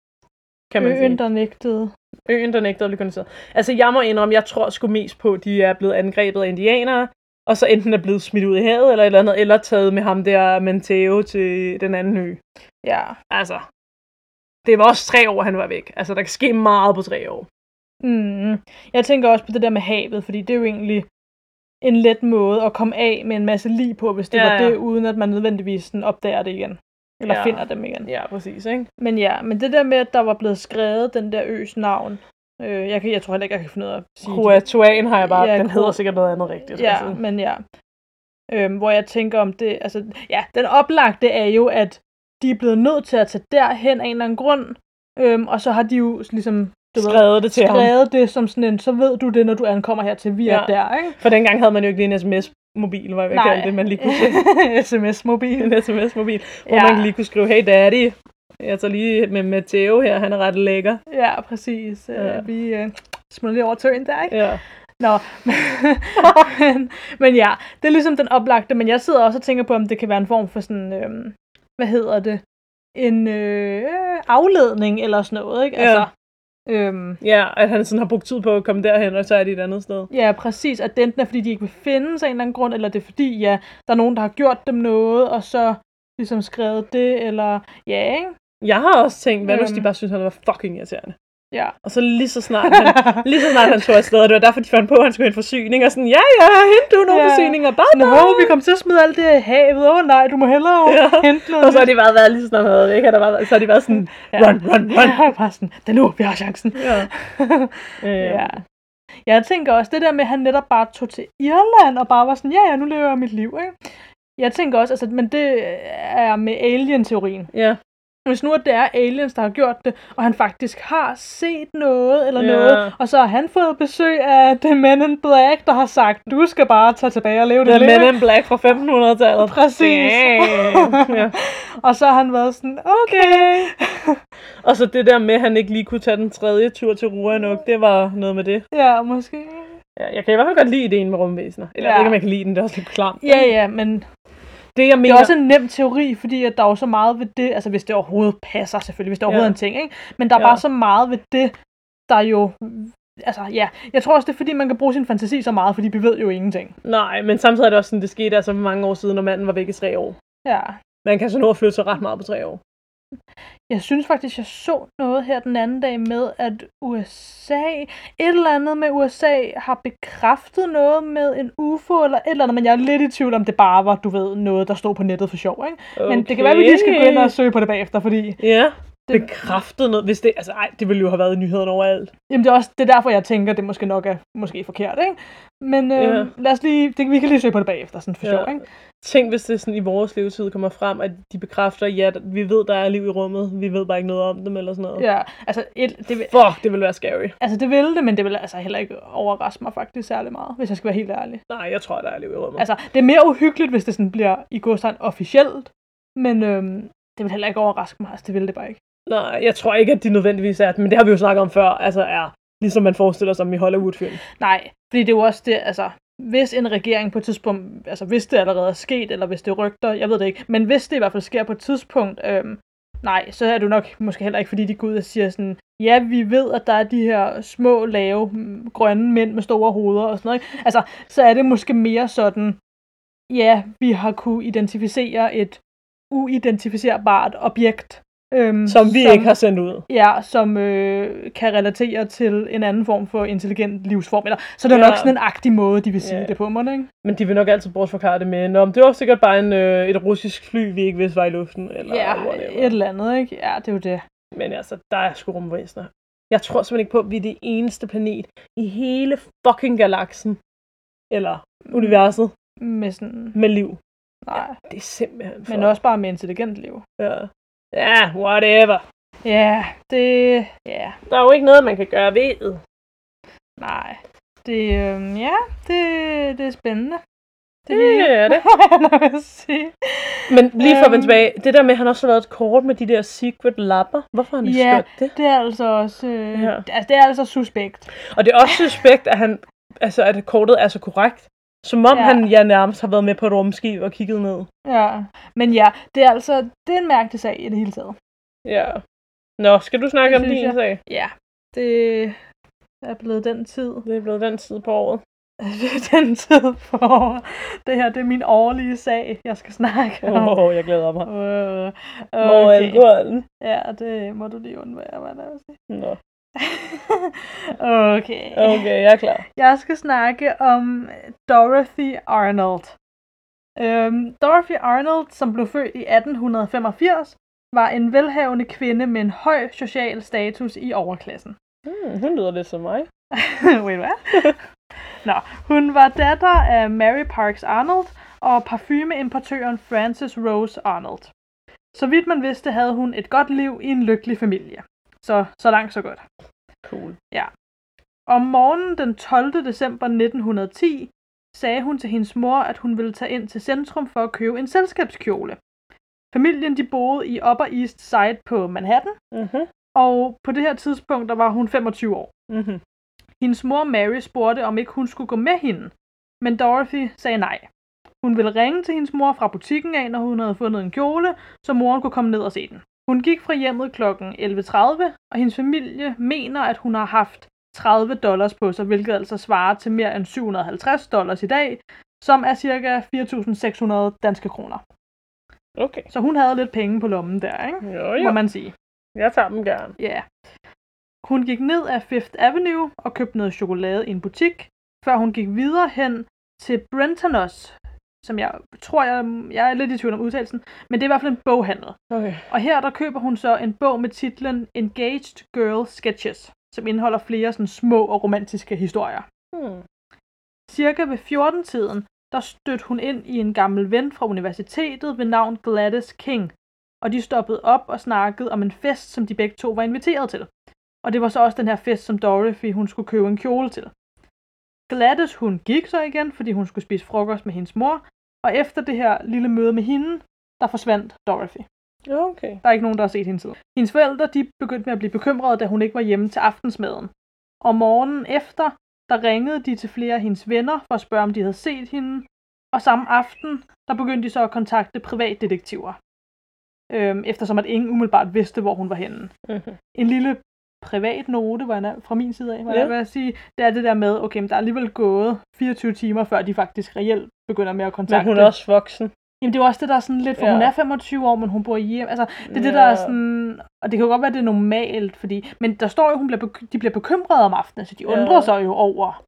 Speaker 1: Kan man
Speaker 2: Øen,
Speaker 1: sige.
Speaker 2: der nægtede.
Speaker 1: Øen, der nægtede at blive koloniseret. Altså, jeg må indrømme, jeg tror sgu mest på, at de er blevet angrebet af indianere, og så enten er blevet smidt ud i havet, eller et eller andet, eller taget med ham der Manteo til den anden ø.
Speaker 2: Ja.
Speaker 1: Altså, det var også tre år, han var væk. Altså, der kan ske meget på tre år.
Speaker 2: Mm. Jeg tænker også på det der med havet, fordi det er jo egentlig en let måde at komme af med en masse lig på, hvis det ja, var det, ja. Uden at man nødvendigvis sådan opdager det igen. Eller ja. Finder dem igen.
Speaker 1: Ja, præcis, ikke?
Speaker 2: Men ja, men det der med, at der var blevet skrevet den der øs navn, øh, jeg, kan, jeg tror heller ikke, jeg kan finde ud af at sige
Speaker 1: Croatoan har jeg bare,
Speaker 2: ja,
Speaker 1: den
Speaker 2: Kro-
Speaker 1: hedder sikkert noget andet rigtigt.
Speaker 2: Ja, altså. Men ja. Øhm, hvor jeg tænker om det, altså, ja, den oplagte er jo, at de er blevet nødt til at tage derhen af en eller anden grund, øhm, og så har de jo ligesom du
Speaker 1: skrevet ved, det til
Speaker 2: skrevet
Speaker 1: ham.
Speaker 2: det som sådan en, så ved du det, når du ankommer her til, vi er ja. Der, ikke?
Speaker 1: For dengang havde man jo ikke lige en sms-mobil, hvad jeg kalde det, man lige kunne
Speaker 2: sms-mobil.
Speaker 1: En sms-mobil, hvor ja. Man lige kunne skrive, hey daddy, jeg tager lige med Matteo her, han er ret lækker.
Speaker 2: Ja, præcis. Ja. Vi uh, smutter lige over tøjen der, ikke?
Speaker 1: Ja.
Speaker 2: Nå, men, men ja, det er ligesom den oplagte, men jeg sidder også og tænker på, om det kan være en form for sådan, øhm, hvad hedder det, en øh, afledning eller sådan noget, ikke?
Speaker 1: Ja.
Speaker 2: Altså, øhm,
Speaker 1: ja, at han sådan har brugt tid på at komme derhen, og så er de et andet sted.
Speaker 2: Ja, præcis, at det enten er, fordi de ikke vil finde sig en eller anden grund, eller det er fordi, ja, der er nogen, der har gjort dem noget, og så ligesom skrevet det, eller ja, ikke?
Speaker 1: Jeg har også tænkt, hvad
Speaker 2: øhm,
Speaker 1: hvis de bare synes, han var fucking irriterende?
Speaker 2: Ja.
Speaker 1: Og så lige så snart han, lige så snart han tog afsted, det var derfor, de fandt på, at han skulle hente forsyning, og sådan, ja, ja, hent du nogle ja. Forsyninger, bare
Speaker 2: Nå, vi kom til at smide alt det i havet, åh oh, nej, du må hellere ja. Hente noget.
Speaker 1: Og så har de bare været lige så snart, han havde væk, bare, så har de været sådan, ja. Run, run, run.
Speaker 2: Ja, bare sådan, det er nu, vi har chancen.
Speaker 1: Ja. øh.
Speaker 2: ja. Jeg tænker også, det der med, at han netop bare tog til Irland, og bare var sådan, ja, ja, nu lever jeg mit liv, ikke? Jeg tænker også, altså, men det er med alien-teorien.
Speaker 1: Ja.
Speaker 2: Hvis nu at det er aliens, der har gjort det, og han faktisk har set noget eller
Speaker 1: yeah.
Speaker 2: noget, og så har han fået besøg af The Men in Black, der har sagt, du skal bare tage tilbage og leve det liv.
Speaker 1: The Men in Black fra femtenhundredetallet.
Speaker 2: Præcis. ja. Og så har han været sådan, okay.
Speaker 1: Og så det der med, at han ikke lige kunne tage den tredje tur til Roanoke, det var noget med det.
Speaker 2: Ja, måske.
Speaker 1: Ja, jeg kan i hvert fald godt lide ideen med rumvæsener. Eller ja. Ikke, om jeg kan lide den, det er også lidt klamt.
Speaker 2: Ja, ja, men
Speaker 1: det, jeg mener...
Speaker 2: det er også en nem teori, fordi at der er jo så meget ved det, altså hvis det overhovedet passer selvfølgelig, hvis det overhovedet ja. Er en ting, ikke? Men der er ja. Bare så meget ved det, der jo... Altså, ja. Jeg tror også, det er fordi, man kan bruge sin fantasi så meget, fordi vi ved jo ingenting.
Speaker 1: Nej, men samtidig er det også sådan, det skete altså mange år siden, når manden var væk i tre år.
Speaker 2: Ja.
Speaker 1: Man kan så nå at flytte sig ret meget på tre år.
Speaker 2: Jeg synes faktisk, jeg så noget her den anden dag med, at U S A, et eller andet med U S A, har bekræftet noget med en U F O, eller et eller andet, men jeg er lidt i tvivl om, det bare var, du ved, noget, der stod på nettet for sjov, ikke? Okay. Men det kan være, at vi lige skal gå ind og søge på det bagefter, fordi
Speaker 1: ja.
Speaker 2: det,
Speaker 1: bekræftet noget, hvis det, altså ej, det ville jo have været i nyhederne overalt.
Speaker 2: Jamen det er også, det er derfor, jeg tænker, det måske nok er måske forkert, ikke? Men øh,
Speaker 1: Ja.
Speaker 2: lad os lige, det, vi kan lige se på det bagefter, sådan for
Speaker 1: Ja.
Speaker 2: sjov, ikke?
Speaker 1: Tænk, hvis det sådan i vores levetid kommer frem, at de bekræfter, ja, vi ved, der er liv i rummet, vi ved bare ikke noget om dem, eller sådan noget.
Speaker 2: Ja, altså, et, det, vil-
Speaker 1: Fuck, det ville være scary.
Speaker 2: altså det ville det, men det vil altså heller ikke overraske mig faktisk særlig meget, hvis jeg skal være helt ærlig.
Speaker 1: Nej, jeg tror, der er liv i rummet.
Speaker 2: Altså, det er mere uhyggeligt, hvis det sådan bliver i godstegn officielt, men øhm, det vil heller ikke overraske mig, altså det vil det bare ikke.
Speaker 1: Nej, jeg tror ikke, at de nødvendigvis er, men det har vi jo snakket om før, altså er, ligesom man forestiller sig om i Hollywood-film.
Speaker 2: Nej, fordi det er jo også det, altså, hvis en regering på et tidspunkt, altså hvis det allerede er sket, eller hvis det er rygter, jeg ved det ikke, men hvis det i hvert fald sker på et tidspunkt, øhm, nej, så er det jo nok måske heller ikke, fordi de går ud og siger sådan, ja, vi ved, at der er de her små, lave, mm, grønne mænd med store hoveder og sådan noget, ikke? Altså, så er det måske mere sådan, ja, vi har kunne identificere et uidentificerbart objekt, øhm,
Speaker 1: Som vi som, ikke har sendt ud.
Speaker 2: Ja, som øh, kan relatere til en anden form for intelligent livsform. Eller, så det er
Speaker 1: Ja.
Speaker 2: nok sådan en agtig måde, de vil sige
Speaker 1: Ja.
Speaker 2: det på mig, ikke?
Speaker 1: Men de vil nok altid bortforklare det med, Nå, men det var sikkert bare en, øh, et russisk fly, vi ikke vidste var i luften. Eller
Speaker 2: Ja,
Speaker 1: whatever.
Speaker 2: et eller andet, ikke? Ja, det er jo det.
Speaker 1: Men altså, der er sgu rumvæsener. Jeg tror simpelthen ikke på, at vi er det eneste planet i hele fucking galaksen. Eller universet
Speaker 2: Med sådan,
Speaker 1: med liv.
Speaker 2: nej.
Speaker 1: Ja, det er simpelthen for...
Speaker 2: Men også bare med intelligent liv.
Speaker 1: Ja. ja, whatever.
Speaker 2: Ja, det... Ja,
Speaker 1: Der er jo ikke noget, man kan gøre ved det.
Speaker 2: nej. Det, øhm, ja, det, det er spændende.
Speaker 1: Det er det.
Speaker 2: Må jeg sige.
Speaker 1: Men lige for at vende
Speaker 2: Øhm.
Speaker 1: tilbage, det der med, at han også har lavet et kort med de der secret lapper. Hvorfor har han ikke
Speaker 2: Ja,
Speaker 1: gjort det?
Speaker 2: det er altså også... Øh,
Speaker 1: Ja.
Speaker 2: altså, det er altså suspekt.
Speaker 1: Og det er også suspekt, at, han, altså, at kortet er så korrekt. Som om
Speaker 2: Ja.
Speaker 1: ja. han ja, nærmest har været med på et rumskib og kigget ned.
Speaker 2: Ja, men ja, det er altså... Det er en mærkelig sag i det hele taget.
Speaker 1: Ja. Nå, skal du snakke
Speaker 2: Det
Speaker 1: om
Speaker 2: synes
Speaker 1: din
Speaker 2: jeg.
Speaker 1: sag?
Speaker 2: Ja, det er blevet den tid.
Speaker 1: Det er blevet den tid på året.
Speaker 2: den tid på året. Det her, det er min årlige sag, jeg skal snakke om.
Speaker 1: Åh, oh, jeg glæder mig.
Speaker 2: Øh,
Speaker 1: Hvor er alkoholen?
Speaker 2: Ja, det må du lige undvære, hvad der vil sige.
Speaker 1: Nå,
Speaker 2: Okay.
Speaker 1: okay, jeg er klar.
Speaker 2: Jeg skal snakke om Dorothy Arnold. Øhm, Dorothy Arnold, som blev født i atten femogfirs, var en velhavende kvinde med en høj social status i overklassen.
Speaker 1: Hmm, hun lyder lidt som mig.
Speaker 2: Wait, hvad? Nå, hun var datter af Mary Parks Arnold og parfumeimportøren Frances Rose Arnold. Så vidt man vidste, havde hun et godt liv i en lykkelig familie. Så, så langt, så godt.
Speaker 1: Cool.
Speaker 2: Ja. Om morgenen den tolvte december nitten ti sagde hun til hendes mor, at hun ville tage ind til centrum for at købe en selskabskjole. Familien de boede i Upper East Side på Manhattan,
Speaker 1: Mhm.
Speaker 2: og på det her tidspunkt der var hun femogtyve år.
Speaker 1: Mhm.
Speaker 2: Hendes mor Mary spurgte, om ikke hun skulle gå med hende, men Dorothy sagde nej. Hun ville ringe til hendes mor fra butikken af, når hun havde fundet en kjole, så moren kunne komme ned og se den. Hun gik fra hjemmet klokken elleve tredive, og hendes familie mener, at hun har haft tredive dollars på sig, hvilket altså svarer til mere end syv hundrede og halvtreds dollars i dag, som er ca. fire tusind seks hundrede danske kroner.
Speaker 1: Okay.
Speaker 2: Så hun havde lidt penge på lommen der, ikke?
Speaker 1: Jo,
Speaker 2: Må
Speaker 1: jo.
Speaker 2: man sige.
Speaker 1: Jeg tager dem gerne.
Speaker 2: Ja. Yeah. Hun gik ned ad Fifth Avenue og købte noget chokolade i en butik, før hun gik videre hen til Brentonos, som jeg tror, jeg, jeg er lidt i tvivl om udtalelsen, men det er i hvert fald en boghandel.
Speaker 1: Okay.
Speaker 2: Og her der køber hun så en bog med titlen Engaged Girl Sketches, som indeholder flere sådan små og romantiske historier.
Speaker 1: Hmm.
Speaker 2: Cirka ved fjorten-tiden, der stødte hun ind i en gammel ven fra universitetet ved navn Gladys King, og de stoppede op og snakkede om en fest, som de begge to var inviteret til. Og det var så også den her fest, som Dorothy hun skulle købe en kjole til. Gladys hun gik så igen, fordi hun skulle spise frokost med hendes mor, og efter det her lille møde med hende, der forsvandt Dorothy.
Speaker 1: Okay.
Speaker 2: Der er ikke nogen, der har set hende siden. Hendes forældre de begyndte med at blive bekymrede, da hun ikke var hjemme til aftensmaden. Og morgenen efter, der ringede de til flere af hendes venner for at spørge, om de havde set hende. Og samme aften, der begyndte de så at kontakte privatdetektiver. Øhm, eftersom at ingen umiddelbart vidste, hvor hun var henne.
Speaker 1: Mhm.
Speaker 2: En lille privat note var jeg, fra min side af, var
Speaker 1: Ja.
Speaker 2: jeg vil sige, det er det der med, okay, men der er alligevel gået fireogtyve timer, før de faktisk reelt begynder med at kontakte.
Speaker 1: Men hun er også voksen.
Speaker 2: Jamen det er jo også det, der er sådan lidt, for
Speaker 1: Ja.
Speaker 2: hun er femogtyve år, men hun bor hjemme. Altså, det er det,
Speaker 1: Ja.
Speaker 2: der er sådan, og det kan jo godt være, det er normalt, fordi, men der står jo, hun bliver bek- de bliver bekymrede om aftenen, så de
Speaker 1: Ja.
Speaker 2: undrer sig jo over.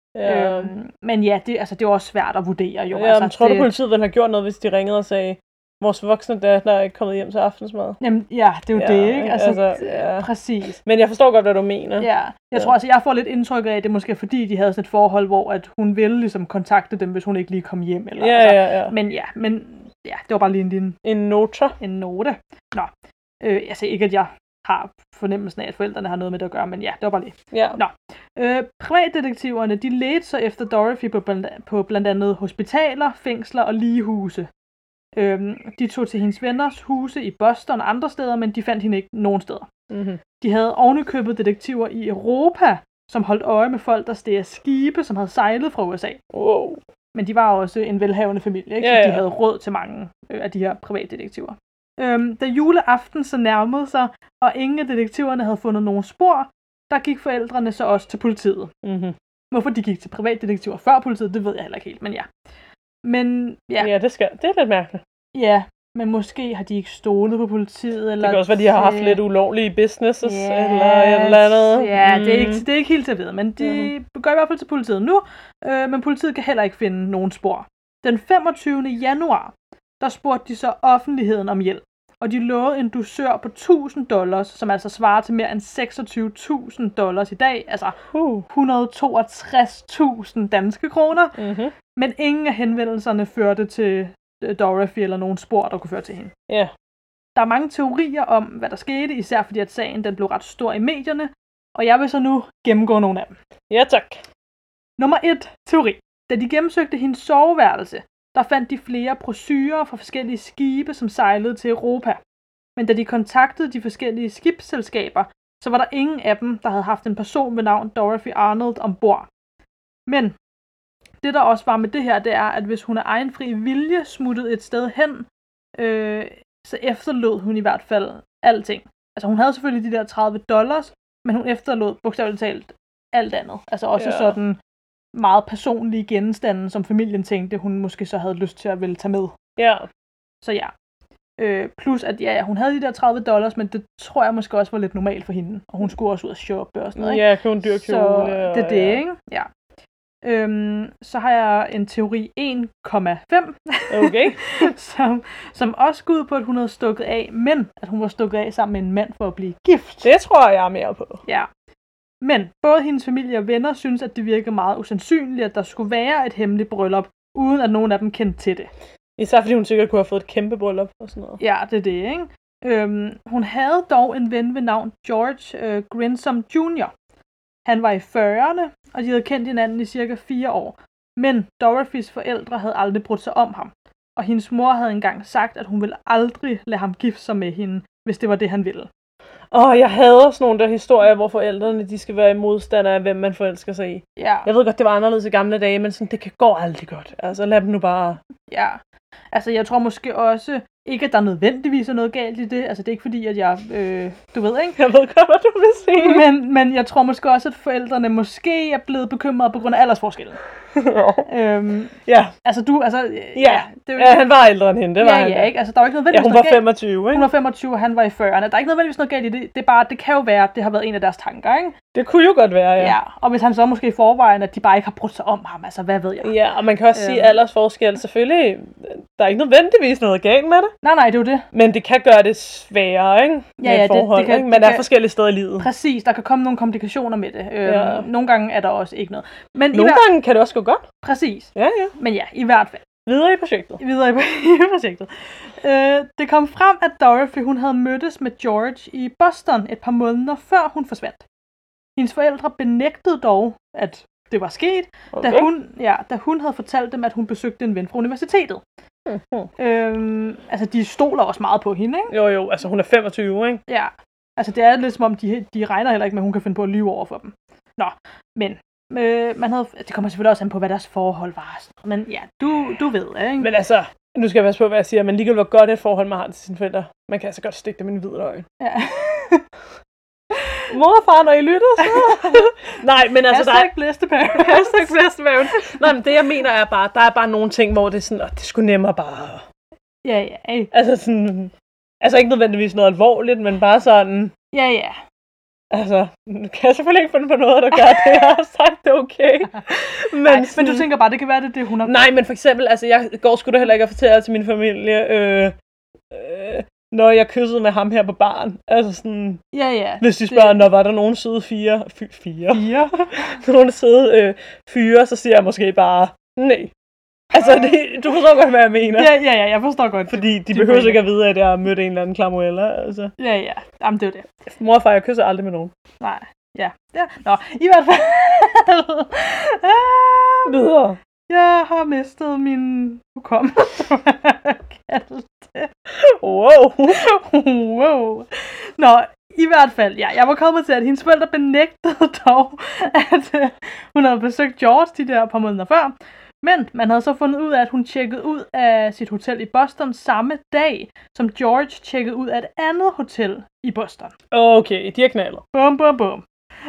Speaker 1: Ja.
Speaker 2: Øhm, men ja, det, altså, det er også svært at vurdere jo.
Speaker 1: Ja,
Speaker 2: altså,
Speaker 1: men tror
Speaker 2: det,
Speaker 1: du, politiet ville have gjort noget, hvis de ringede og sagde, vores voksne datter er ikke kommet hjem til aftensmad.
Speaker 2: Jamen, ja, det er jo
Speaker 1: ja,
Speaker 2: det, ikke? Altså,
Speaker 1: altså ja.
Speaker 2: Præcis.
Speaker 1: Men jeg forstår godt, hvad du mener.
Speaker 2: Ja, jeg ja. tror altså, jeg får lidt indtryk af, at det måske er fordi, de havde sådan et forhold, hvor at hun ville ligesom kontakte dem, hvis hun ikke lige kom hjem. Eller,
Speaker 1: ja,
Speaker 2: altså.
Speaker 1: ja, ja.
Speaker 2: Men ja, men ja, det var bare lige en lille...
Speaker 1: En note.
Speaker 2: En note. Nå, øh, jeg siger ikke, at jeg har fornemmelsen af, at forældrene har noget med det at gøre, men ja, det var bare lige.
Speaker 1: Ja.
Speaker 2: Nå. Øh, privatdetektiverne, de ledte så efter Dorothy på blandt, på blandt andet hospitaler, fængsler og ligehuse. Øhm, de tog til hendes venners huse i Boston og andre steder, men de fandt hende ikke nogen steder.
Speaker 1: Mm-hmm.
Speaker 2: De havde ovenikøbet detektiver i Europa, som holdt øje med folk, der steg af skibe, som havde sejlet fra U S A.
Speaker 1: Wow.
Speaker 2: Men de var også en velhavende familie, ikke?
Speaker 1: Ja,
Speaker 2: Så de
Speaker 1: ja.
Speaker 2: havde råd til mange øh, af de her privatdetektiver. Øhm, da juleaften så nærmede sig, og ingen af detektiverne havde fundet nogen spor, der gik forældrene så også til politiet.
Speaker 1: Mm-hmm.
Speaker 2: Hvorfor de gik til privatdetektiver før politiet, det ved jeg heller ikke helt, men ja. Men ja.
Speaker 1: Ja, det skal. Det er lidt mærkeligt.
Speaker 2: Ja, men måske har de ikke stolet på politiet. Eller
Speaker 1: det kan også være, de har haft
Speaker 2: til...
Speaker 1: lidt ulovlige businesses,
Speaker 2: yes,
Speaker 1: eller et eller andet.
Speaker 2: Ja,
Speaker 1: mm.
Speaker 2: det, er ikke, det er ikke helt til at vide, men de mm. går i hvert fald til politiet nu, øh, men politiet kan heller ikke finde nogen spor. Den femogtyvende januar, der spurgte de så offentligheden om hjælp, og de lovede en dusør på tusind dollars, som altså svarer til mere end seksogtyve tusind dollars i dag, altså
Speaker 1: uh.
Speaker 2: et hundrede og toogtres tusind danske kroner,
Speaker 1: mm-hmm.
Speaker 2: men ingen af henvendelserne førte til Dorothy eller nogen spor, der kunne føre til hende.
Speaker 1: Ja. Yeah.
Speaker 2: Der er mange teorier om, hvad der skete, især fordi at sagen den blev ret stor i medierne, og jeg vil så nu gennemgå nogle af dem.
Speaker 1: Ja, tak.
Speaker 2: Nummer et teori. Da de gennemsøgte hendes soveværelse, der fandt de flere brochurer fra forskellige skibe, som sejlede til Europa. Men da de kontaktede de forskellige skibsselskaber, så var der ingen af dem, der havde haft en person ved navn Dorothy Arnold ombord. Men det der også var med det her, det er, at hvis hun af egen fri vilje smuttede et sted hen, øh, så efterlod hun i hvert fald alting. Altså hun havde selvfølgelig de der tredive dollars, men hun efterlod bogstaveligt talt alt andet. Altså også ja. sådan meget personlige genstande, som familien tænkte, hun måske så havde lyst til at ville tage med.
Speaker 1: Ja.
Speaker 2: Så ja. Øh, plus at ja, hun havde de der tredive dollars, men det tror jeg måske også var lidt normalt for hende. Og hun skulle også ud og shoppe og sådan noget, ikke?
Speaker 1: Ja, købe en dyr kjole.
Speaker 2: Så det er det,
Speaker 1: ja.
Speaker 2: ikke? Ja. Øhm, så har jeg en teori en komma fem,
Speaker 1: okay.
Speaker 2: som, som også går ud på, at hun havde stukket af, men at hun var stukket af sammen med en mand for at blive gift.
Speaker 1: Det tror jeg mere på.
Speaker 2: Ja. Men både hendes familie og venner synes, at det virker meget usandsynligt, at der skulle være et hemmeligt bryllup, uden at nogen af dem kendte til det.
Speaker 1: Især fordi hun sikkert kunne have fået et kæmpe bryllup og sådan noget.
Speaker 2: Ja, det er det, ikke? Øhm, hun havde dog en ven ved navn George øh, Grinsom junior Han var i fyrrerne, og de havde kendt hinanden i cirka fire år. Men Dorothys forældre havde aldrig brudt sig om ham. Og hendes mor havde engang sagt, at hun ville aldrig lade ham gifte sig med hende, hvis det var det, han ville.
Speaker 1: Åh, jeg hader sådan nogle der historier, hvor forældrene de skal være i modstander af, hvem man forelsker sig i.
Speaker 2: Ja.
Speaker 1: Jeg ved godt, det var anderledes i gamle dage, men sådan, det kan gå aldrig godt. Altså, lad dem nu bare...
Speaker 2: Ja, altså jeg tror måske også, ikke at der nødvendigvis er noget galt i det. Altså det er ikke fordi, at jeg, øh, du ved ikke?
Speaker 1: Jeg ved godt, hvad du vil sige.
Speaker 2: Men, men jeg tror måske også, at forældrene måske er blevet bekymrede på grund af aldersforskellen. øhm,
Speaker 1: ja.
Speaker 2: Altså du, altså...
Speaker 1: Ja, ja, det var, ja han var ældre end hende, det var
Speaker 2: ja,
Speaker 1: han.
Speaker 2: Ja, ikke? Altså der var ikke nødvendigvis
Speaker 1: ja, hun var femogtyve, ikke?
Speaker 2: Hun var femogtyve, og han var i fyrrerne. Der er ikke nødvendigvis noget galt i det. Det er bare, det kan jo være, at det har været en af deres tanker, ikke?
Speaker 1: Det kunne jo godt være, ja.
Speaker 2: Ja, og hvis han så måske i forvejen, at de bare ikke har brudt sig om ham, altså hvad ved jeg?
Speaker 1: Ja, og man kan også øhm. sige aldersforskel. Selvfølgelig, der er ikke nødvendigvis noget galt med det.
Speaker 2: Nej, nej, det er jo det.
Speaker 1: Men det kan gøre det sværere, ikke?
Speaker 2: Ja, ja,
Speaker 1: forhold,
Speaker 2: det, det kan,
Speaker 1: ikke? Man er kan, forskellige steder i livet.
Speaker 2: Præcis, der kan komme nogle komplikationer med det. Øhm,
Speaker 1: ja.
Speaker 2: Nogle gange er der også ikke noget. Men
Speaker 1: nogle
Speaker 2: hver...
Speaker 1: gange kan det også gå godt.
Speaker 2: Præcis.
Speaker 1: Ja, ja.
Speaker 2: Men ja, i hvert fald.
Speaker 1: Videre i projektet.
Speaker 2: Videre i, i projektet. Øh, det kom frem, at Dorothy hun havde mødtes med George i Boston et par måneder før hun forsvandt. Hendes forældre benægtede dog, at det var sket, okay. da, hun, ja, da hun havde fortalt dem, at hun besøgte en ven fra universitetet. Mm-hmm. Øhm, altså, de stoler også meget på hende, ikke?
Speaker 1: Jo, jo, altså hun er femogtyve, ikke?
Speaker 2: Ja, altså det er lidt som om, de, de regner heller ikke med, at hun kan finde på at lyve over for dem. Nå, men øh, man havde, det kommer selvfølgelig også an på, hvad deres forhold var. Men ja, du, du ved, ikke?
Speaker 1: Men altså, nu skal jeg passe på, hvad jeg siger, men ligegyldigt hvor godt et forhold man har til sine forældre, man kan altså godt stikke dem i en hvid øje.
Speaker 2: Ja.
Speaker 1: Mor og far, når I lytter, så... Nej, men altså...
Speaker 2: Hashtag blæstepæven.
Speaker 1: Hashtag blæstepæven. Nej, men det jeg mener er bare, der er bare nogle ting, hvor det er sådan, åh, det skulle nemmere bare...
Speaker 2: Ja, ja.
Speaker 1: Altså sådan... Altså ikke nødvendigvis noget alvorligt, men bare sådan...
Speaker 2: Ja, ja.
Speaker 1: Altså, nu kan jeg selvfølgelig ikke finde på noget, der gør det. Jeg har sagt, det er okay.
Speaker 2: Men, Nej, sådan... men du tænker bare, det kan være, det det, hun har...
Speaker 1: Nej, men for eksempel, altså jeg går sgu da heller ikke at fortælle til min familie... Øh, øh, når jeg kyssede med ham her på baren. Altså sådan,
Speaker 2: ja, ja.
Speaker 1: hvis de spørger, det... når var der nogen søde fire, fy, fire,
Speaker 2: fire?
Speaker 1: nogle søde øh, fyre, så siger jeg måske bare, nej. Altså, det, du forstår godt, hvad jeg mener.
Speaker 2: Ja, ja, ja, jeg forstår godt.
Speaker 1: Fordi de, de behøver ikke at vide, at jeg har mødt en eller anden klamuella, altså.
Speaker 2: Ja, ja. Jamen, det er det.
Speaker 1: Mor og far, jeg kysser aldrig med nogen.
Speaker 2: Nej, ja. ja. Nå, i hvert fald.
Speaker 1: Videre.
Speaker 2: Jeg har mistet min hukommelse, det.
Speaker 1: Wow.
Speaker 2: wow. Nå, i hvert fald, ja. Jeg var kommet til, at hendes forældre benægtede dog, at øh, hun havde besøgt George de der par måneder før. Men man havde så fundet ud af, at hun tjekkede ud af sit hotel i Boston samme dag, som George tjekkede ud af et andet hotel i Boston.
Speaker 1: Okay, de er knaller.
Speaker 2: Bum, bum, bum.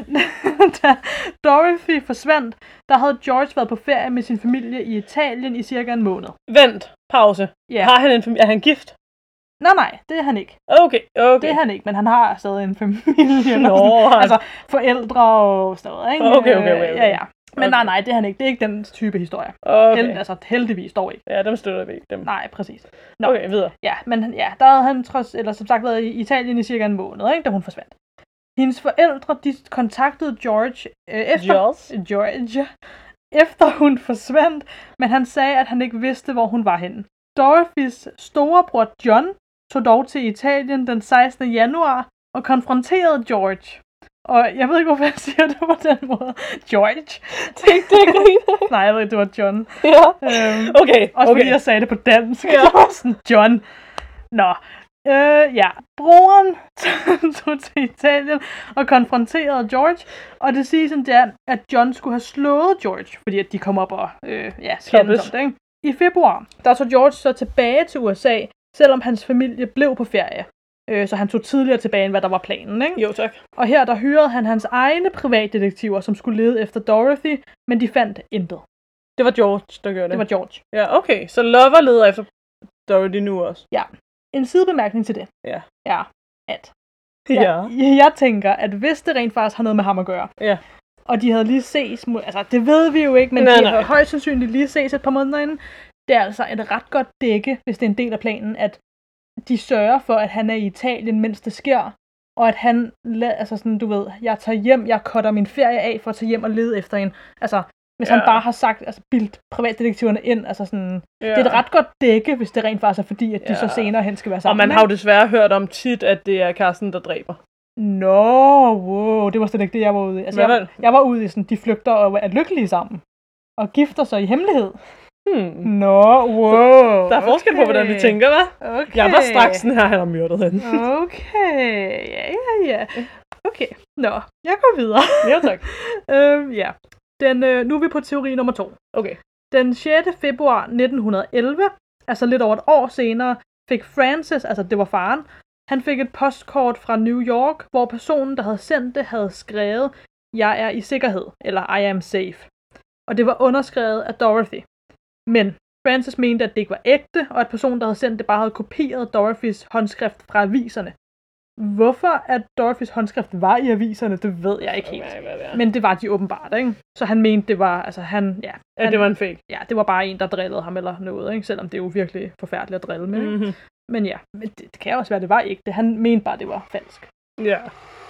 Speaker 2: Da Dorothy forsvandt, der havde George været på ferie med sin familie i Italien i cirka en måned.
Speaker 1: Vent, pause.
Speaker 2: Ja.
Speaker 1: Har han en familie? Er han gift?
Speaker 2: Nej, nej, det er han ikke.
Speaker 1: Okay, okay.
Speaker 2: Det er han ikke, men han har stadig en familie.
Speaker 1: Nå, han...
Speaker 2: Altså forældre og sådan noget, ikke?
Speaker 1: Okay, okay, okay, okay.
Speaker 2: Ja, ja. Men
Speaker 1: okay.
Speaker 2: nej, nej, det er han ikke. Det er ikke den type historie.
Speaker 1: Okay.
Speaker 2: Held, altså heldigvis dog ikke.
Speaker 1: Ja, dem støtter vi ikke. Dem.
Speaker 2: Nej, præcis. Nå.
Speaker 1: Okay, videre.
Speaker 2: Ja, men ja, der havde han trods, eller som sagt været i Italien i cirka en måned, ikke, da hun forsvandt. Hendes forældre, de kontaktede George øh, efter,
Speaker 1: George.
Speaker 2: George, efter hun forsvandt, men han sagde, at han ikke vidste, hvor hun var henne. Dorothys storebror John tog dog til Italien den sekstende januar og konfronterede George. Og jeg ved ikke, hvorfor jeg siger det på den måde. George.
Speaker 1: Det er ikke det,
Speaker 2: Nej, jeg ved ikke, det var John.
Speaker 1: Ja.
Speaker 2: Øhm,
Speaker 1: okay,
Speaker 2: også
Speaker 1: okay.
Speaker 2: fordi jeg sagde det på dansk.
Speaker 1: Ja.
Speaker 2: Sådan, John. Nå. Øh, ja. Broren tog til Italien og konfronterede George. Og det siger sådan der, at John skulle have slået George, fordi at de kom op og øh, ja, skændes om det, ikke? I februar, der tog George så tilbage til U S A, selvom hans familie blev på ferie. Øh, så han tog tidligere tilbage, end hvad der var planen, ikke?
Speaker 1: Jo, tak.
Speaker 2: Og her, der hyrede han hans egne privatdetektiver, som skulle lede efter Dorothy, men de fandt intet.
Speaker 1: Det var George, der gjorde det?
Speaker 2: Det var George.
Speaker 1: Ja, okay. Så Lover leder efter Dorothy nu også?
Speaker 2: Ja. En sidebemærkning til det.
Speaker 1: Ja.
Speaker 2: Ja, at...
Speaker 1: Ja.
Speaker 2: Jeg, jeg tænker, at hvis det rent faktisk har noget med ham at gøre,
Speaker 1: ja.
Speaker 2: og de havde lige ses, altså det ved vi jo ikke, men
Speaker 1: nej,
Speaker 2: de
Speaker 1: nej.
Speaker 2: havde højst sandsynligt lige ses et par måneder inden, det er altså et ret godt dække, hvis det er en del af planen, at de sørger for, at han er i Italien, mens det sker, og at han, altså sådan, du ved, jeg tager hjem, jeg cutter min ferie af for at tage hjem og lede efter en. Altså, hvis ja. han bare har sagt, altså bildt privatdetektiverne ind, altså sådan, ja. det er et ret godt dække, hvis det rent faktisk er fordi, at de ja. så senere hen skal være sammen.
Speaker 1: Og man har jo desværre hørt om tit, at det er Karsten, der dræber.
Speaker 2: Nå, wow, det var slet ikke det, jeg var ude i. Altså, jeg, jeg var ude i sådan, de flygter og er lykkelige sammen, og gifter sig i hemmelighed.
Speaker 1: Hmm.
Speaker 2: Nå, wow.
Speaker 1: Der er forskel
Speaker 2: okay.
Speaker 1: på, hvordan vi tænker, hva'?
Speaker 2: Okay.
Speaker 1: Jeg var straks sådan her, han har myrdet hende.
Speaker 2: Okay, ja, ja, ja. Okay, nå, jeg går videre.
Speaker 1: Ja, tak.
Speaker 2: øhm, ja, Den, øh, nu er vi på teori nummer to.
Speaker 1: Okay.
Speaker 2: Den sjette februar nitten elleve, altså lidt over et år senere, fik Francis, altså det var faren, han fik et postkort fra New York, hvor personen, der havde sendt det, havde skrevet, jeg er i sikkerhed, eller I am safe. Og det var underskrevet af Dorothy. Men Francis mente, at det ikke var ægte, og at personen, der havde sendt det, bare havde kopieret Dorothys håndskrift fra aviserne. Hvorfor at Dorothys håndskrift var i aviserne, det ved jeg ikke helt. Okay, hvad det Men det var de åbenbart, ikke? Så han mente, det var, altså han, ja.
Speaker 1: Ja,
Speaker 2: han,
Speaker 1: det var en fake.
Speaker 2: Ja, det var bare en, der drillede ham eller noget, ikke? Selvom det er jo virkelig forfærdeligt at drille med, ikke? Mm-hmm. Men ja, men det, det kan også være, det var ægte. Han mente bare, det var falsk.
Speaker 1: Ja.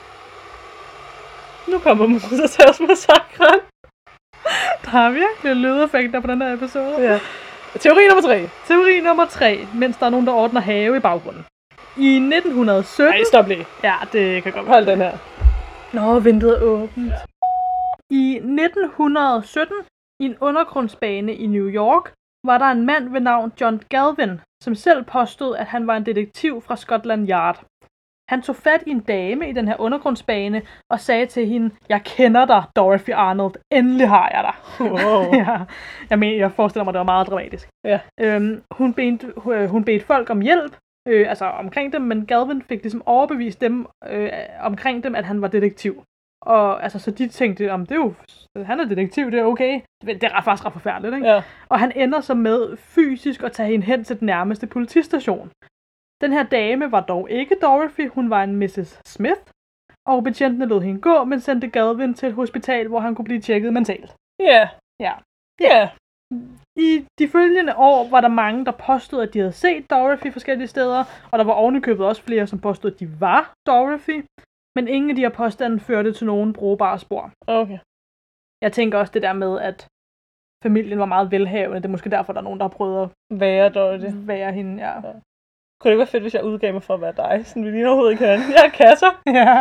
Speaker 1: Nu kommer Motorsagsmassakren.
Speaker 2: Der er virkelig lydeffekter på den her episode.
Speaker 1: Ja. Teori nummer tre.
Speaker 2: Teori nummer tre, mens der er nogen, der ordner have i baggrunden. I nitten sytten...
Speaker 1: Ej, stop lige.
Speaker 2: Ja, det kan godt
Speaker 1: være. Hold den her.
Speaker 2: Nå, vinduet er åbent. I nitten sytten, i en undergrundsbane i New York, var der en mand ved navn John Galvin, som selv påstod, at han var en detektiv fra Scotland Yard. Han tog fat i en dame i den her undergrundsbane og sagde til hende, jeg kender dig, Dorothy Arnold. Endelig har jeg dig.
Speaker 1: Wow.
Speaker 2: ja. jeg, mener, jeg forestiller mig, det var meget dramatisk.
Speaker 1: Ja.
Speaker 2: Øhm, hun, bedte, hun bedte folk om hjælp, øh, altså omkring dem, men Galvin fik ligesom overbevist dem øh, omkring dem, at han var detektiv. Og altså, så de tænkte, om det er jo, han er detektiv, det er okay. Det er faktisk ret forfærdeligt, ikke?
Speaker 1: Ja.
Speaker 2: Og han ender så med fysisk at tage hende hen til den nærmeste politistation. Den her dame var dog ikke Dorothy, hun var en missus Smith, og betjentene lod hende gå, men sendte Galvin til et hospital, hvor han kunne blive tjekket mentalt.
Speaker 1: Ja.
Speaker 2: Ja.
Speaker 1: Ja.
Speaker 2: I de følgende år var der mange, der påstod, at de havde set Dorothy forskellige steder, og der var ovenikøbet også flere, som påstod, at de var Dorothy, men ingen af de her påstande førte til nogen brugbare spor.
Speaker 1: Okay.
Speaker 2: Jeg tænker også det der med, at familien var meget velhavende. Det er måske derfor, der er nogen, der har prøvet at
Speaker 1: være Dorothy.
Speaker 2: Være hende, ja. ja.
Speaker 1: Kunne det ikke være fedt, hvis jeg udgav mig for at være dig? Sådan vi lige overhovedet ikke kan. Jeg er kasser.
Speaker 2: Ja.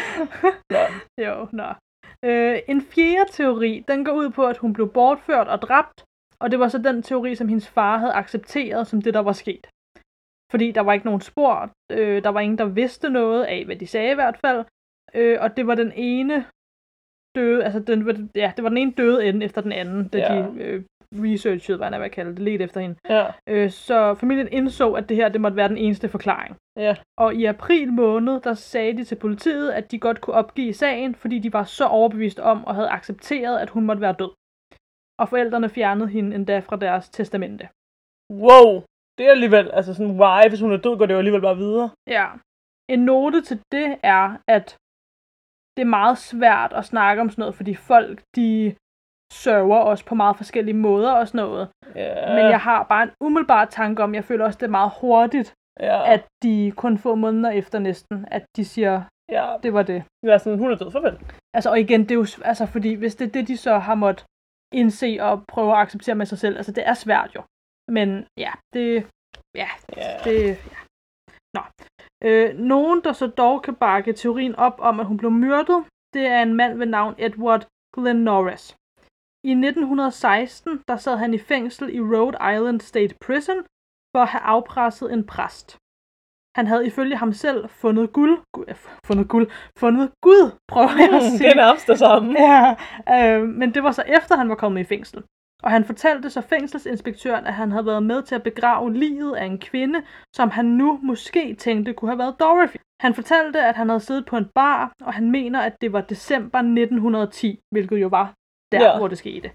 Speaker 2: Nå. Jo, nå. Øh, en fjerde teori, den går ud på, at hun blev bortført og dræbt, og det var så den teori, som hendes far havde accepteret som det, der var sket. Fordi der var ikke nogen spor, øh, der var ingen, der vidste noget af, hvad de sagde i hvert fald, øh, og det var den ene døde, altså den, ja, det var den ene døde ende efter den anden, da ja. de øh, researchede, hvad jeg vil kalde det, let efter hende.
Speaker 1: Ja.
Speaker 2: Øh, så familien indså, at det her, det måtte være den eneste forklaring.
Speaker 1: Ja.
Speaker 2: Og i april måned, der sagde de til politiet, at de godt kunne opgive sagen, fordi de var så overbevist om og havde accepteret, at hun måtte være død. Og forældrene fjernede hende endda fra deres testamente.
Speaker 1: Wow! Det er alligevel, altså sådan, why, hvis hun er død, går det jo alligevel bare videre.
Speaker 2: Ja. En note til det er, at det er meget svært at snakke om sådan noget, fordi folk, de sørger også på meget forskellige måder og sådan noget.
Speaker 1: Yeah.
Speaker 2: Men jeg har bare en umiddelbar tanke om, jeg føler også, det er meget hurtigt,
Speaker 1: yeah.
Speaker 2: at de kun få måneder efter næsten, at de siger,
Speaker 1: yeah.
Speaker 2: det var det.
Speaker 1: Ja, sådan, hun er død, farvel.
Speaker 2: Altså, og igen, det er jo, altså, fordi hvis det er det, de så har måttet indse og prøve at acceptere med sig selv, altså, det er svært jo. Men ja, det, ja,
Speaker 1: yeah.
Speaker 2: det, ja. Nå. Øh, nogen, der så dog kan bakke teorien op om, at hun blev myrdet, det er en mand ved navn Edward Glenn Norris. I nitten seksten, der sad han i fængsel i Rhode Island State Prison for at have afpresset en præst. Han havde ifølge ham selv fundet guld, gu, fundet guld, fundet Gud, prøver jeg at sige.
Speaker 1: Det er nærmest det samme.
Speaker 2: Ja, øh, men det var så efter, han var kommet i fængsel. Og han fortalte så fængselsinspektøren, at han havde været med til at begrave liget af en kvinde, som han nu måske tænkte kunne have været Dorothy. Han fortalte, at han havde siddet på en bar, og han mener, at det var december nitten ti, hvilket jo var der, ja. hvor det skete.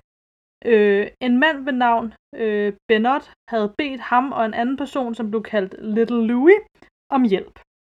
Speaker 2: Øh, en mand ved navn øh, Bennett havde bedt ham og en anden person, som blev kaldt Little Louie, om hjælp.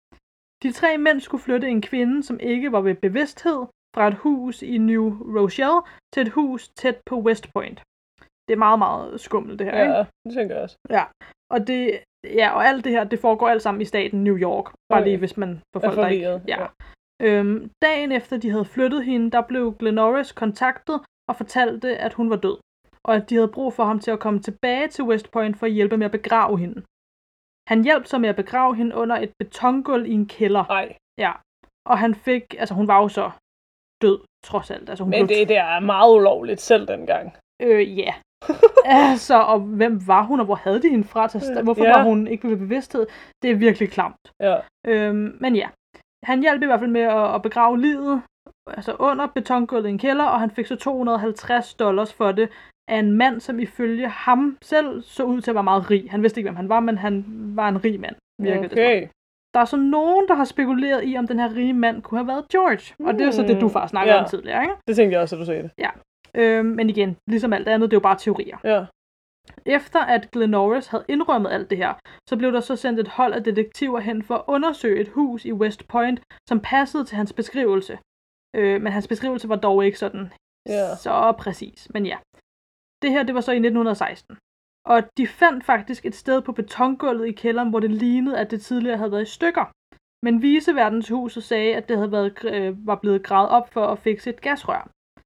Speaker 2: De tre mænd skulle flytte en kvinde, som ikke var ved bevidsthed, fra et hus i New Rochelle til et hus tæt på West Point. Det er meget, meget skummelt, det her,
Speaker 1: ja,
Speaker 2: ikke?
Speaker 1: Ja, det tænker jeg også.
Speaker 2: Ja, og, det, ja, og alt det her, det foregår alt sammen i staten New York. Bare okay. lige, hvis man får folk, der ikke... Ja. Ja. Øhm, dagen efter, de havde flyttet hende, der blev Glenn Norris kontaktet og fortalte, at hun var død. Og at de havde brug for ham til at komme tilbage til West Point for at hjælpe med at begrave hende. Han hjalp så med at begrave hende under et betongulv i en kælder.
Speaker 1: Nej.
Speaker 2: Ja, og han fik... Altså, hun var jo så død, trods alt. Altså, hun
Speaker 1: Men det, det er meget ulovligt selv dengang.
Speaker 2: Øh, ja. Altså, og hvem var hun, og hvor havde de hende fra til st- Hvorfor ja. var hun ikke ved bevidsthed? Det er virkelig klamt.
Speaker 1: Ja.
Speaker 2: Øhm, men ja, han hjalp i hvert fald med at, at begrave livet, altså under betongulvet i en kælder, og han fik så to hundrede og halvtreds dollars for det af en mand, som ifølge ham selv så ud til at være meget rig. Han vidste ikke, hvem han var, men han var en rig mand, virkede
Speaker 1: okay.
Speaker 2: det. Der er så nogen, der har spekuleret i, om den her rige mand kunne have været George. Mm. Og det er så det, du faktisk snakkede ja. om tidligere, ikke?
Speaker 1: Det tænkte jeg også, at du sagde det.
Speaker 2: Ja. Øhm, men igen, ligesom alt andet, det er jo bare teorier.
Speaker 1: Ja.
Speaker 2: Efter at Glenn Norris havde indrømmet alt det her, så blev der så sendt et hold af detektiver hen for at undersøge et hus i West Point, som passede til hans beskrivelse. Øh, men hans beskrivelse var dog ikke sådan
Speaker 1: ja.
Speaker 2: så præcis. Men ja, det her det var så i nitten seksten. Og de fandt faktisk et sted på betongulvet i kælderen, hvor det lignede, at det tidligere havde været i stykker. Men viceverdenshuset sagde, at det havde været, øh, var blevet gravet op for at fikse et gasrør.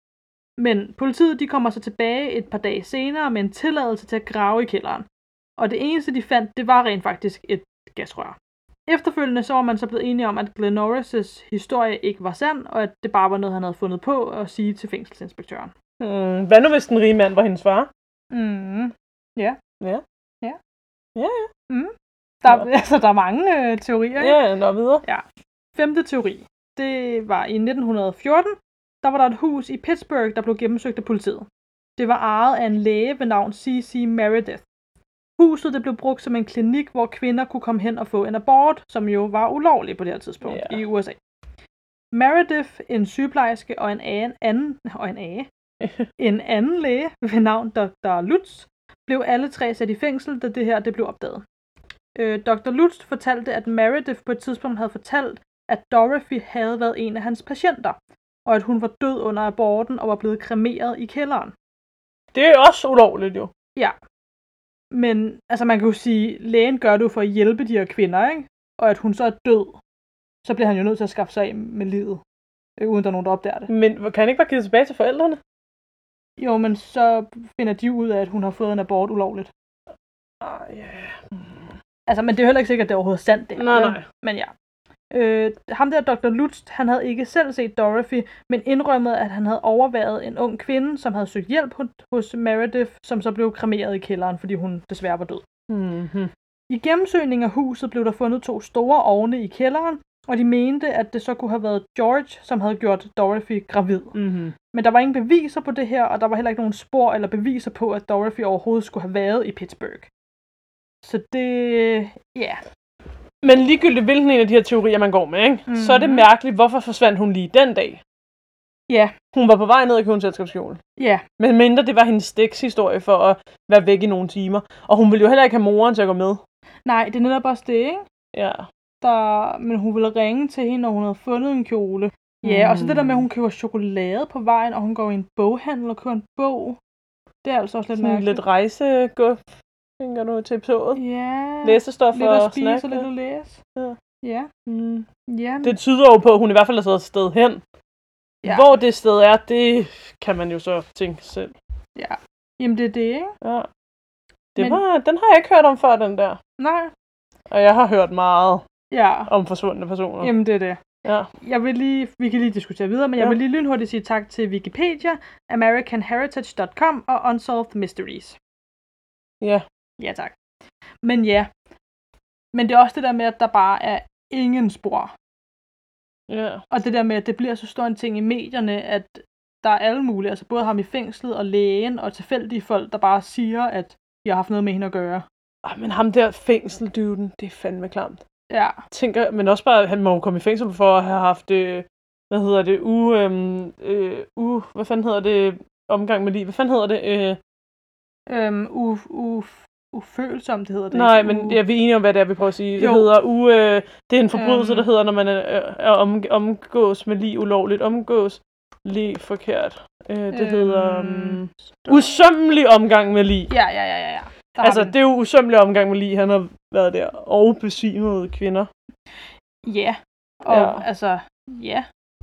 Speaker 2: Men politiet de kommer så tilbage et par dage senere med en tilladelse til at grave i kælderen. Og det eneste de fandt, det var rent faktisk et gasrør. Efterfølgende så var man så blevet enige om, at Glenn Norris' historie ikke var sand, og at det bare var noget, han havde fundet på at sige til fængselsinspektøren.
Speaker 1: Hmm, hvad nu hvis den rige mand var hendes far?
Speaker 2: Mm, ja.
Speaker 1: Ja.
Speaker 2: Ja.
Speaker 1: Ja, ja.
Speaker 2: Mm. Der, altså, der er mange øh, teorier, ikke?
Speaker 1: Ja, nå videre.
Speaker 2: Ja. Femte teori. Det var i nitten fjorten. Der var der et hus i Pittsburgh, der blev gennemsøgt af politiet. Det var ejet af en læge ved navn C C Meredith. Huset det blev brugt som en klinik, hvor kvinder kunne komme hen og få en abort, som jo var ulovlig på det her tidspunkt yeah. i U S A. Meredith, en sygeplejerske og en anden, og en, age, en anden læge ved navn doktor Lutz, blev alle tre sat i fængsel, da det her det blev opdaget. Øh, doktor Lutz fortalte, at Meredith på et tidspunkt havde fortalt, at Dorothy havde været en af hans patienter, og at hun var død under aborten og var blevet kremeret i kælderen.
Speaker 1: det er også ulovligt jo.
Speaker 2: Ja. Men altså man kan jo sige, lægen gør det jo for at hjælpe de her kvinder, ikke? Og at hun så er død, så bliver han jo nødt til at skaffe sig af med livet, øh, uden der er nogen, der opdager det.
Speaker 1: Men kan han ikke bare give det tilbage til forældrene?
Speaker 2: Jo, men så finder de ud af, at hun har fået en abort ulovligt.
Speaker 1: Ah, yeah.
Speaker 2: Altså, men det er jo heller ikke sikkert, at det er overhovedet sandt. Det,
Speaker 1: nej, nej.
Speaker 2: Men ja. Øh, ham der, doktor Lutz, han havde ikke selv set Dorothy, men indrømmede, at han havde overværet en ung kvinde, som havde søgt hjælp hos Meredith, som så blev kremeret i kælderen, fordi hun desværre var død.
Speaker 1: Mm-hmm.
Speaker 2: I gennemsøgning af huset blev der fundet to store ovne i kælderen, og de mente, at det så kunne have været George, som havde gjort Dorothy gravid.
Speaker 1: Mm-hmm.
Speaker 2: Men der var ingen beviser på det her, og der var heller ikke nogen spor eller beviser på, at Dorothy overhovedet skulle have været i Pittsburgh. Så det... ja... Yeah.
Speaker 1: Men ligegyldigt hvilken en af de her teorier, man går med, ikke? Mm-hmm. Så er det mærkeligt, hvorfor forsvandt hun lige den dag?
Speaker 2: Ja. Yeah.
Speaker 1: Hun var på vej ned i købe en selskabskjole.
Speaker 2: Ja. Yeah.
Speaker 1: Men mindre det var hendes stikshistorie for at være væk i nogle timer. Og hun ville jo heller ikke have moren til at gå med.
Speaker 2: Nej, det er netop også det, ikke?
Speaker 1: Ja.
Speaker 2: Der... Men hun ville ringe til hende, når hun havde fundet en kjole. Ja, mm. Og så det der med, at hun køber chokolade på vejen, og hun går i en boghandel og køber en bog. Det er altså også lidt mærkeligt.
Speaker 1: Lidt rejseguff. Tænker du til episodet?
Speaker 2: Ja.
Speaker 1: Læsestof
Speaker 2: lidt
Speaker 1: og
Speaker 2: at spise
Speaker 1: snack.
Speaker 2: Og lidt at læse.
Speaker 1: Ja.
Speaker 2: Ja.
Speaker 1: Mm.
Speaker 2: ja.
Speaker 1: Det tyder jo på, at hun i hvert fald er taget et sted hen. Ja. Hvor det sted er, det kan man jo så tænke selv.
Speaker 2: Ja. Jamen det er det, ikke?
Speaker 1: Ja. Det Men... var, den har jeg ikke hørt om før, den der.
Speaker 2: Nej.
Speaker 1: Og jeg har hørt meget
Speaker 2: ja.
Speaker 1: om forsvundne personer.
Speaker 2: Jamen det er det.
Speaker 1: Ja.
Speaker 2: Jeg vil lige, vi kan lige diskutere videre, men ja. jeg vil lige lynhurtigt sige tak til Wikipedia, American Heritage punktum com og Unsolved Mysteries.
Speaker 1: Ja.
Speaker 2: Ja, tak. Men ja. Men det er også det der med, at der bare er ingen spor.
Speaker 1: Ja.
Speaker 2: Og det der med, at det bliver så stor en ting i medierne, at der er alle mulige, altså både ham i fængslet og lægen og tilfældige folk, der bare siger, at de har haft noget med hende at gøre.
Speaker 1: Ah, men ham der fængselduden, det er fandme klamt.
Speaker 2: Ja.
Speaker 1: Tænker, men også bare, at han må jo komme i fængsel for at have haft, øh, hvad hedder det, u, øh, øh, u, hvad fanden hedder det, omgang med liv, hvad fanden hedder det? Øh,
Speaker 2: øhm, u, u, ufølsom, det hedder det.
Speaker 1: Nej,
Speaker 2: ikke?
Speaker 1: men jeg er enige om, hvad det er, vi prøver at sige.
Speaker 2: Jo.
Speaker 1: Det hedder u, øh, det er en forbrydelse, øhm. der hedder, når man er, er om, omgås med liv ulovligt, omgås liv forkert. Øh, det øhm, hedder um, usømmelig omgang med liv.
Speaker 2: Ja, ja, ja, ja. Der
Speaker 1: altså, det er jo usømmelig omgang med liv, han har været der, og besvimede kvinder.
Speaker 2: Ja, og ja. altså, ja.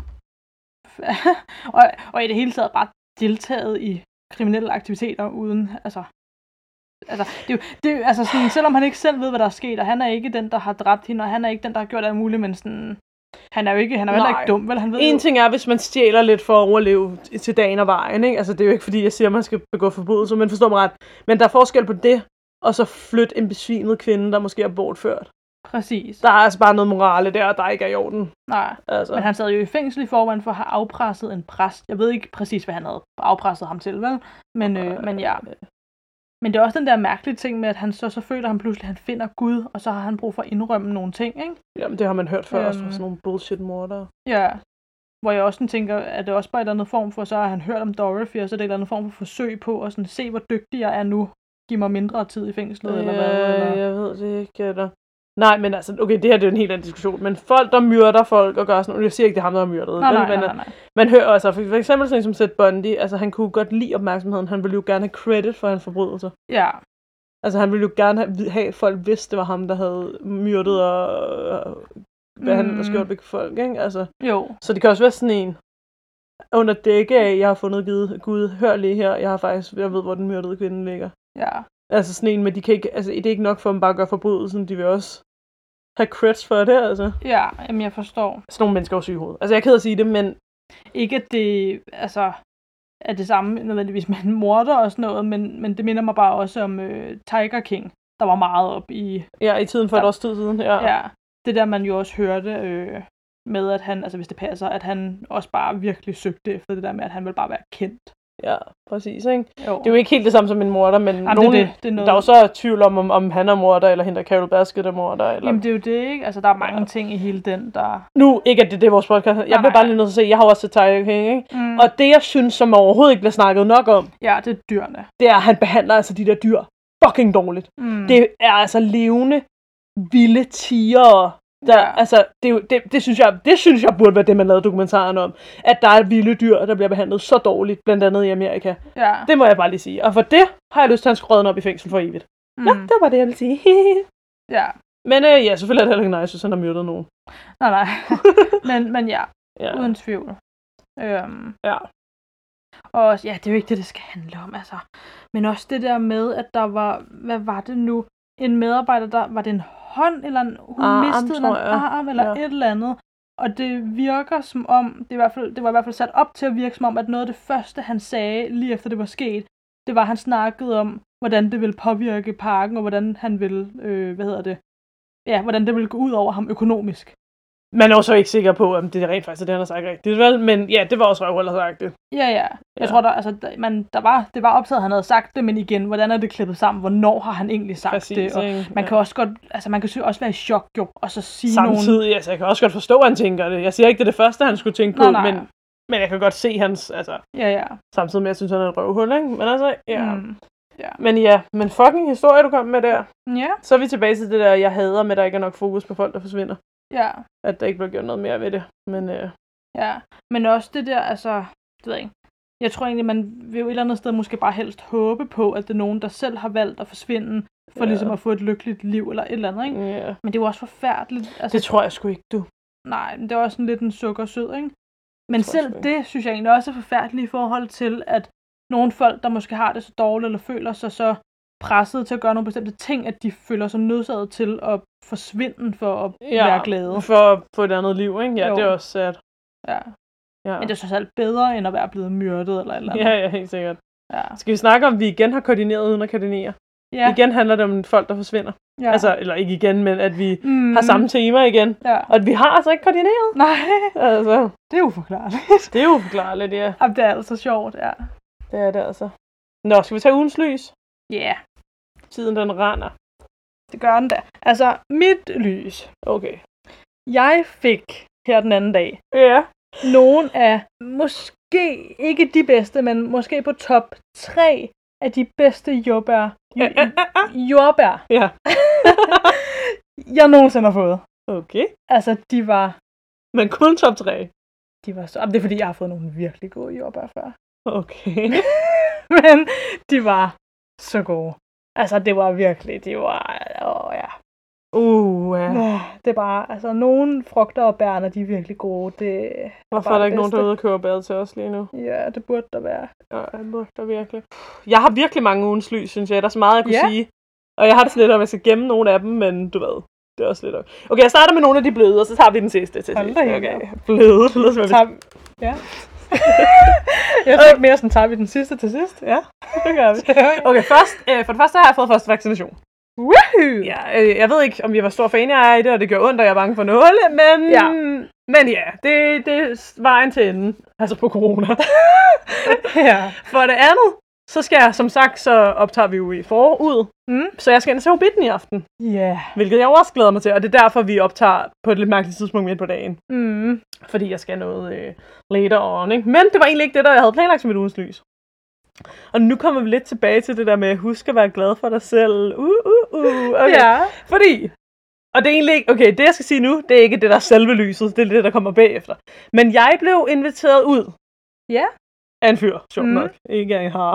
Speaker 2: og, og i det hele taget bare deltaget i kriminelle aktiviteter uden, altså, altså, det er jo, det er jo, altså sådan, selvom han ikke selv ved, hvad der er sket, og han er ikke den, der har dræbt hende, og han er ikke den, der har gjort alt muligt, men sådan, han er jo ikke, han er heller ikke dum, vel? Han ved
Speaker 1: en
Speaker 2: jo.
Speaker 1: ting er, hvis man stjæler lidt for at overleve til dagen og vejen, ikke? Altså, det er jo ikke, fordi jeg siger, at man skal begå forbrydelser, men forstår mig ret. Men der er forskel på det, og så flytte en besvimet kvinde, der måske er bortført.
Speaker 2: Præcis.
Speaker 1: Der er altså bare noget morale der, der ikke er i orden.
Speaker 2: Nej, altså. Men han sad jo i fængsel i forvejen for at have afpresset en præst. Jeg ved ikke præcis, hvad han havde afpresset ham til, vel? Men, øh, men ja. Men det er også den der mærkelige ting med, at han så, så føler han pludselig, at han finder Gud, og så har han brug for at indrømme nogle ting, ikke?
Speaker 1: Jamen, det har man hørt før, øhm, også fra sådan nogle bullshit-mordere.
Speaker 2: Ja, hvor jeg også sådan tænker, at det også bare et eller andet form for, så har han hørt om Dorothy, og så er det et eller andet form for forsøg på at sådan, se, hvor dygtig jeg er nu. Giv mig mindre tid i fængslet, ja, eller hvad? Eller?
Speaker 1: Jeg ved det ikke, eller... Nej, men altså, okay, det her det er en helt anden diskussion, men folk, der myrder folk og gør sådan noget, jeg siger ikke, det er ham, der har myrdet.
Speaker 2: Nej,
Speaker 1: men,
Speaker 2: nej,
Speaker 1: men,
Speaker 2: nej, nej.
Speaker 1: Man hører altså, for, for eksempel sådan en som Ted Bundy, altså han kunne godt lide opmærksomheden, han ville jo gerne have credit for hans forbrydelser.
Speaker 2: Ja.
Speaker 1: Altså han ville jo gerne have, have at folk vidste, det var ham, der havde myrdet og behandlet mm. og skjort væk folk, ikke? Altså,
Speaker 2: jo.
Speaker 1: Så det kan også være sådan en, under dække af, jeg har fundet Gud, Gud, hør lige her, jeg har faktisk, jeg ved, hvor den myrdede kvinde ligger.
Speaker 2: Ja.
Speaker 1: Altså sådan en, men de kan ikke, altså det er ikke nok for dem bare at gøre forbrydelsen, de vil også have creds for det, altså.
Speaker 2: Ja, jamen jeg forstår.
Speaker 1: Sådan nogle mennesker er syge i hovedet. Altså jeg er ked at sige det, men...
Speaker 2: Ikke at det, altså, er det samme nødvendigvis med en morder og sådan noget, men, men det minder mig bare også om øh, Tiger King, der var meget op i...
Speaker 1: Ja, i tiden for der, et års tid siden, ja.
Speaker 2: Ja, det der man jo også hørte øh, med, at han, altså hvis det passer, at han også bare virkelig søgte efter det der med, at han ville bare være kendt.
Speaker 1: Ja, præcis, ikke?
Speaker 2: Jo.
Speaker 1: Det er jo ikke helt det samme som en morder, men
Speaker 2: Jamen,
Speaker 1: nogen,
Speaker 2: det, det er noget...
Speaker 1: der er jo så tvivl om, om, om han er morder, eller hende der Carol Basket er morder. Eller...
Speaker 2: Jamen det er jo det, ikke? Altså der er mange ja. ting i hele den, der...
Speaker 1: Nu, ikke at det er det vores podcast. Jeg bliver bare lige nødt til at sige, jeg har også set Tiger King, ikke? Mm. Og det jeg synes, som overhovedet ikke bliver snakket nok om...
Speaker 2: Ja, det er dyrene.
Speaker 1: Det er, at han behandler altså de der dyr fucking dårligt. Mm. Det er altså levende, vilde tigere Der, ja. Altså, det, det, det, synes jeg, det synes jeg burde være det, man lavede dokumentaren om. At der er vilde dyr, der bliver behandlet så dårligt, blandt andet i Amerika.
Speaker 2: Ja. Det
Speaker 1: må jeg bare lige sige. Og for det har jeg lyst til, at han skal rødne op i fængsel for evigt. Mm. Nå, det var det, jeg ville sige.
Speaker 2: Ja.
Speaker 1: Men øh, ja, selvfølgelig er det heller ikke nice, hvis han har myrdet nogen.
Speaker 2: Nej, nej. men, men ja,
Speaker 1: ja,
Speaker 2: uden tvivl. Øhm.
Speaker 1: Ja.
Speaker 2: Og ja, det er jo ikke det, det skal handle om, altså. Men også det der med, at der var, hvad var det nu? En medarbejder, der var det en hånd, eller en, hun
Speaker 1: arm,
Speaker 2: mistede en arm, eller ja. et eller andet. Og det virker som om, det, i hvert fald, det var i hvert fald sat op til at virke som om, at noget af det første, han sagde, lige efter det var sket, det var, at han snakkede om, hvordan det ville påvirke parken, og hvordan han ville, øh, hvad hedder det, ja, hvordan det ville gå ud over ham økonomisk.
Speaker 1: Man er også ikke sikker på, om det er rent faktisk, det han har sagt rigtigt. Vel? Men ja, det var også røvhul at have sagt det.
Speaker 2: Ja, ja. Jeg ja. tror, der, altså, der, man, der var, det var optaget, at han havde sagt det, men igen, hvordan er det klippet sammen? Hvornår har han egentlig sagt Præcis, det? Og man ja. kan også godt, altså man kan også være i chok, jo, og så sige
Speaker 1: Samtidig,
Speaker 2: nogen...
Speaker 1: altså jeg kan også godt forstå, at han tænker det. Jeg siger ikke, det er det første, han skulle tænke på, nej, nej. Men, men jeg kan godt se hans, altså...
Speaker 2: Ja, ja.
Speaker 1: Samtidig med, at jeg synes, han er et røvhul, ikke? Men altså, ja...
Speaker 2: Mm. Ja.
Speaker 1: Men ja, men fucking historie, du kom med der.
Speaker 2: Ja.
Speaker 1: Så er vi tilbage til det der, jeg hader med, at der ikke er nok fokus på folk, der forsvinder.
Speaker 2: Ja.
Speaker 1: At der ikke bliver gjort noget mere ved det. Men, øh...
Speaker 2: ja, men også det der, altså, det ved jeg ikke. Jeg tror egentlig, man vil jo et eller andet sted måske bare helst håbe på, at det er nogen, der selv har valgt at forsvinde, for ja. ligesom at få et lykkeligt liv, eller et eller andet, ikke?
Speaker 1: Ja.
Speaker 2: Men det er jo også forfærdeligt. Altså,
Speaker 1: det tror jeg sgu ikke, du.
Speaker 2: Nej, men det er også sådan lidt en sukkersød, ikke? Men selv det, synes jeg egentlig også er forfærdeligt i forhold til, at nogle folk, der måske har det så dårligt, eller føler sig så presset til at gøre nogle bestemte ting, at de føler sig nødsaget til at forsvinde for at
Speaker 1: ja,
Speaker 2: være glade.
Speaker 1: For at få et andet liv, ikke? Ja, jo. Det er også sad.
Speaker 2: Ja.
Speaker 1: ja.
Speaker 2: Men det er så selv bedre, end at være blevet myrdet, eller eller andet.
Speaker 1: Ja, ja, helt sikkert.
Speaker 2: Ja.
Speaker 1: Skal vi snakke om, at vi igen har koordineret uden at koordinere?
Speaker 2: Ja.
Speaker 1: Igen handler det om folk, der forsvinder. Ja. Altså, eller ikke igen, men at vi mm. har samme tema igen.
Speaker 2: Ja.
Speaker 1: Og at vi har altså ikke koordineret.
Speaker 2: Nej,
Speaker 1: altså.
Speaker 2: Det er uforklarligt.
Speaker 1: Det er uforklarligt, ja.
Speaker 2: Jamen, det er altså sjovt, ja.
Speaker 1: Det er det altså. Nå, skal vi tage ugens lys?
Speaker 2: Ja. Yeah.
Speaker 1: Tiden den render.
Speaker 2: Det gør den da. Altså, mit lys.
Speaker 1: Okay.
Speaker 2: Jeg fik her den anden dag.
Speaker 1: Ja.
Speaker 2: Nogle af, måske ikke de bedste, men måske på top tre af de bedste jordbær. Jordbær.
Speaker 1: Ja.
Speaker 2: jeg nogensinde har fået.
Speaker 1: Okay.
Speaker 2: Altså, de var...
Speaker 1: Men kun top tre?
Speaker 2: De var så... Det er fordi, jeg har fået nogle virkelig gode jordbær før.
Speaker 1: Okay.
Speaker 2: Men de var så gode. Altså, det var virkelig, det var, åh ja.
Speaker 1: Uh, ja.
Speaker 2: Det er bare, altså, nogle frugter og bær, når de er virkelig gode, det
Speaker 1: Hvorfor er der ikke nogen, der er ude og købe bær til os lige nu?
Speaker 2: Ja, det burde der være.
Speaker 1: Ja, det burde der virkelig. Jeg har virkelig mange ugens lys, synes jeg. Der er så meget, jeg kunne
Speaker 2: ja.
Speaker 1: sige. Og jeg har det sådan lidt om, at jeg skal gemme nogle af dem, men du ved, det er også lidt... Okay, jeg starter med nogle af de bløde, og så tager vi den sidste til sidst. Okay, bløde. Det lyder som,
Speaker 2: tager... Ja. Jeg tænkte mere sådan, tager vi den sidste til sidst. Ja, det gør vi.
Speaker 1: Okay, først, øh, for det første har jeg fået første vaccination.
Speaker 2: Woohoo!
Speaker 1: Ja, øh, jeg ved ikke, om jeg var stor fan af i det, og det gør ondt, og jeg er bange for nåle, men...
Speaker 2: Ja.
Speaker 1: Men ja, det, det var en til enden. Altså på corona.
Speaker 2: Ja.
Speaker 1: For det andet, så skal jeg, som sagt, så optager vi jo i forud.
Speaker 2: Mm.
Speaker 1: Så jeg skal ind og se Hobbiten i aften.
Speaker 2: Ja. Yeah.
Speaker 1: Hvilket jeg også glæder mig til, og det er derfor, vi optager på et lidt mærkeligt tidspunkt midt på dagen.
Speaker 2: Mm.
Speaker 1: Fordi jeg skal noget øh, later on, ikke? Men det var egentlig ikke det, der jeg havde planlagt som mit ugens lys. Og nu kommer vi lidt tilbage til det der med, at husk at være glad for dig selv. Uh, uh, uh. Okay.
Speaker 2: Ja.
Speaker 1: Fordi, og det er egentlig ikke, okay, det jeg skal sige nu, det er ikke det, der er selve lyset, det er det, der kommer bagefter. Men jeg blev inviteret ud.
Speaker 2: Ja.
Speaker 1: Af en fyr, sjovt mm. nok. Ikke af en hare.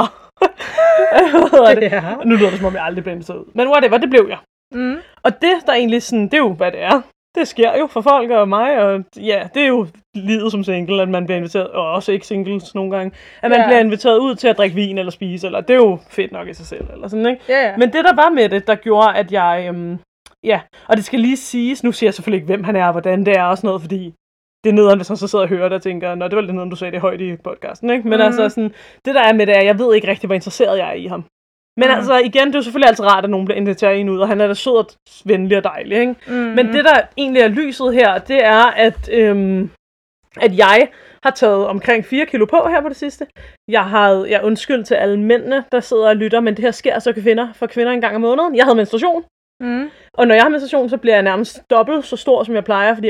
Speaker 2: Ja.
Speaker 1: Nu lyder det, som om jeg aldrig blev inviteret ud. Men whatever, det blev jeg.
Speaker 2: Mm.
Speaker 1: Og det, der egentlig sådan, det er jo, hvad det er. Det sker jo for folk og mig, og ja, det er jo livet som single, at man bliver inviteret, og også ikke singles nogle gange, at man ja. bliver inviteret ud til at drikke vin eller spise, eller det er jo fedt nok i sig selv, eller sådan, ikke?
Speaker 2: Ja, ja.
Speaker 1: Men det, der var med det, der gjorde, at jeg, øhm, ja, og det skal lige siges, nu siger jeg selvfølgelig ikke, hvem han er, og hvordan det er, og sådan noget, fordi det er nederen, hvis han så sidder og hører det og tænker, nå, det var lidt nederen, du sagde det højt i podcasten, ikke? Men mm. altså sådan, det der er med det er, jeg ved ikke rigtig, hvor interesseret jeg er i ham. Men mm. altså, igen, det er jo selvfølgelig altid rart, at nogen bliver inviteret ind ud, og han er da sød og venlig og dejlig, ikke? Mm. Men det, der egentlig er lyset her, det er, at, øhm, at jeg har taget omkring fire kilo på her på det sidste. Jeg har, jeg undskyld til alle mændene, der sidder og lytter, men det her sker så kvinder, for kvinder en gang om måneden. Jeg havde menstruation,
Speaker 2: mm.
Speaker 1: og når jeg har menstruation, så bliver jeg nærmest dobbelt så stor, som jeg plejer, fordi jeg bare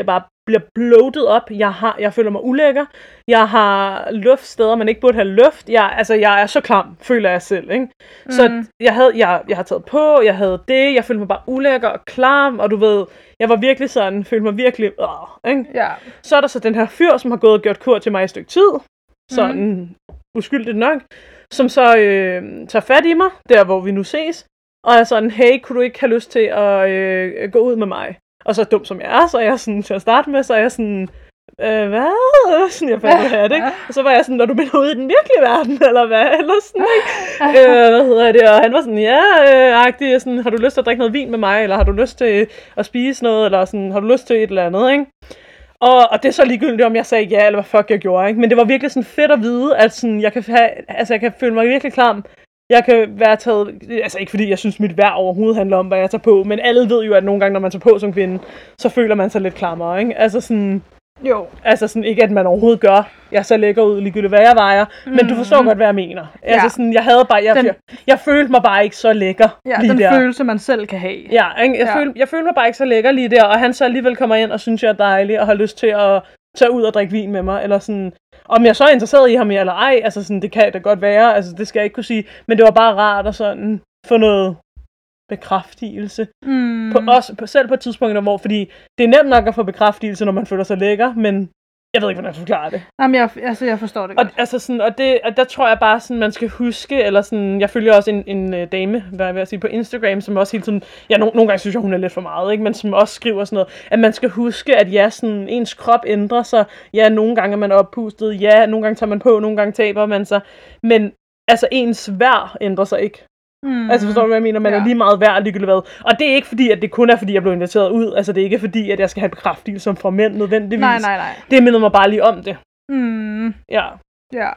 Speaker 1: bliver bloated op. Jeg, har, jeg føler mig ulækker. Jeg har luft steder, man ikke burde have luft. Jeg, altså, jeg er så klam, føler jeg selv. Ikke? Mm. Så jeg, havde, jeg, jeg har taget på, jeg havde det, jeg følte mig bare ulækker og klam, og du ved, jeg var virkelig sådan, følte mig virkelig, øh, ikke?
Speaker 2: Ja.
Speaker 1: Så er der så den her fyr, som har gået og gjort kur til mig i stykke tid, sådan mm. uskyldigt nok, som så øh, tager fat i mig, der hvor vi nu ses, og er sådan, hey, kunne du ikke have lyst til at øh, gå ud med mig? Og så dum som jeg er, så er jeg sådan, til at starte med, så er jeg sådan, øh, hvad? Sådan, jeg fandt det, ikke? Og så var jeg sådan, når du mener ude i den virkelige verden, eller hvad? Eller sådan, ikke? øh, hvad hedder det? Og han var sådan, ja, øh, agtig, sådan, har du lyst til at drikke noget vin med mig, eller har du lyst til at spise noget, eller sådan, har du lyst til et eller andet, ikke? Og, og det er så ligegyldigt, om jeg sagde ja, eller hvad fuck jeg gjorde, ikke? Men det var virkelig sådan fedt at vide, at sådan, jeg kan have, altså jeg kan føle mig virkelig klam. Jeg kan være taget, altså ikke fordi jeg synes mit vejr overhovedet handler om, hvad jeg tager på, men alle ved jo, at nogle gange, når man tager på som kvinde, så føler man sig lidt klammere, ikke? Altså sådan, jo. Altså sådan, ikke at man overhovedet gør, jeg så lækker ud ligegyldigt, hvad jeg vejer, mm. men du forstår godt, hvad jeg mener. Ja. Altså sådan, jeg havde bare, jeg, den, jeg, jeg følte mig bare ikke så lækker
Speaker 2: ja,
Speaker 1: lige
Speaker 2: den
Speaker 1: der.
Speaker 2: følelse, man selv kan have.
Speaker 1: Ja, ikke? Jeg, ja. Følte, jeg følte mig bare ikke så lækker lige der, og han så alligevel kommer ind og synes, jeg er dejlig, og har lyst til at tage ud og drikke vin med mig, eller sådan, om jeg så er interesseret i ham eller ej, altså sådan, det kan da godt være, altså det skal jeg ikke kunne sige, men det var bare rart at sådan få noget bekræftelse, mm. på os, på, selv på et tidspunkt, hvor, fordi det er nemt nok at få bekræftelse, når man føler sig lækker, men jeg ved ikke, hvordan jeg forklarer det.
Speaker 2: Jamen, jeg, altså, jeg forstår det godt.
Speaker 1: Og, altså sådan, og, det, og der tror jeg bare, sådan, man skal huske, eller sådan, jeg følger også en, en uh, dame, hvad jeg vil sige, på Instagram, som også hele tiden, ja, no, nogle gange synes jeg, hun er lidt for meget, ikke? Men som også skriver sådan noget, at man skal huske, at ja, sådan, ens krop ændrer sig, ja, nogle gange er man oppustet, ja, nogle gange tager man på, nogle gange taber man sig, men altså ens vejr ændrer sig ikke. Mm. Altså forstår du, hvad jeg mener? Man ja. Er lige meget værd ligegyldigt hvad. Og det er ikke fordi, at det kun er fordi, jeg blev inviteret ud. Altså det er ikke fordi, at jeg skal have bekræftelse som fra mænd nødvendigvis.
Speaker 2: Nej, nej, nej.
Speaker 1: Det minder mig bare lige om det.
Speaker 2: Mm.
Speaker 1: Ja.
Speaker 2: Ja.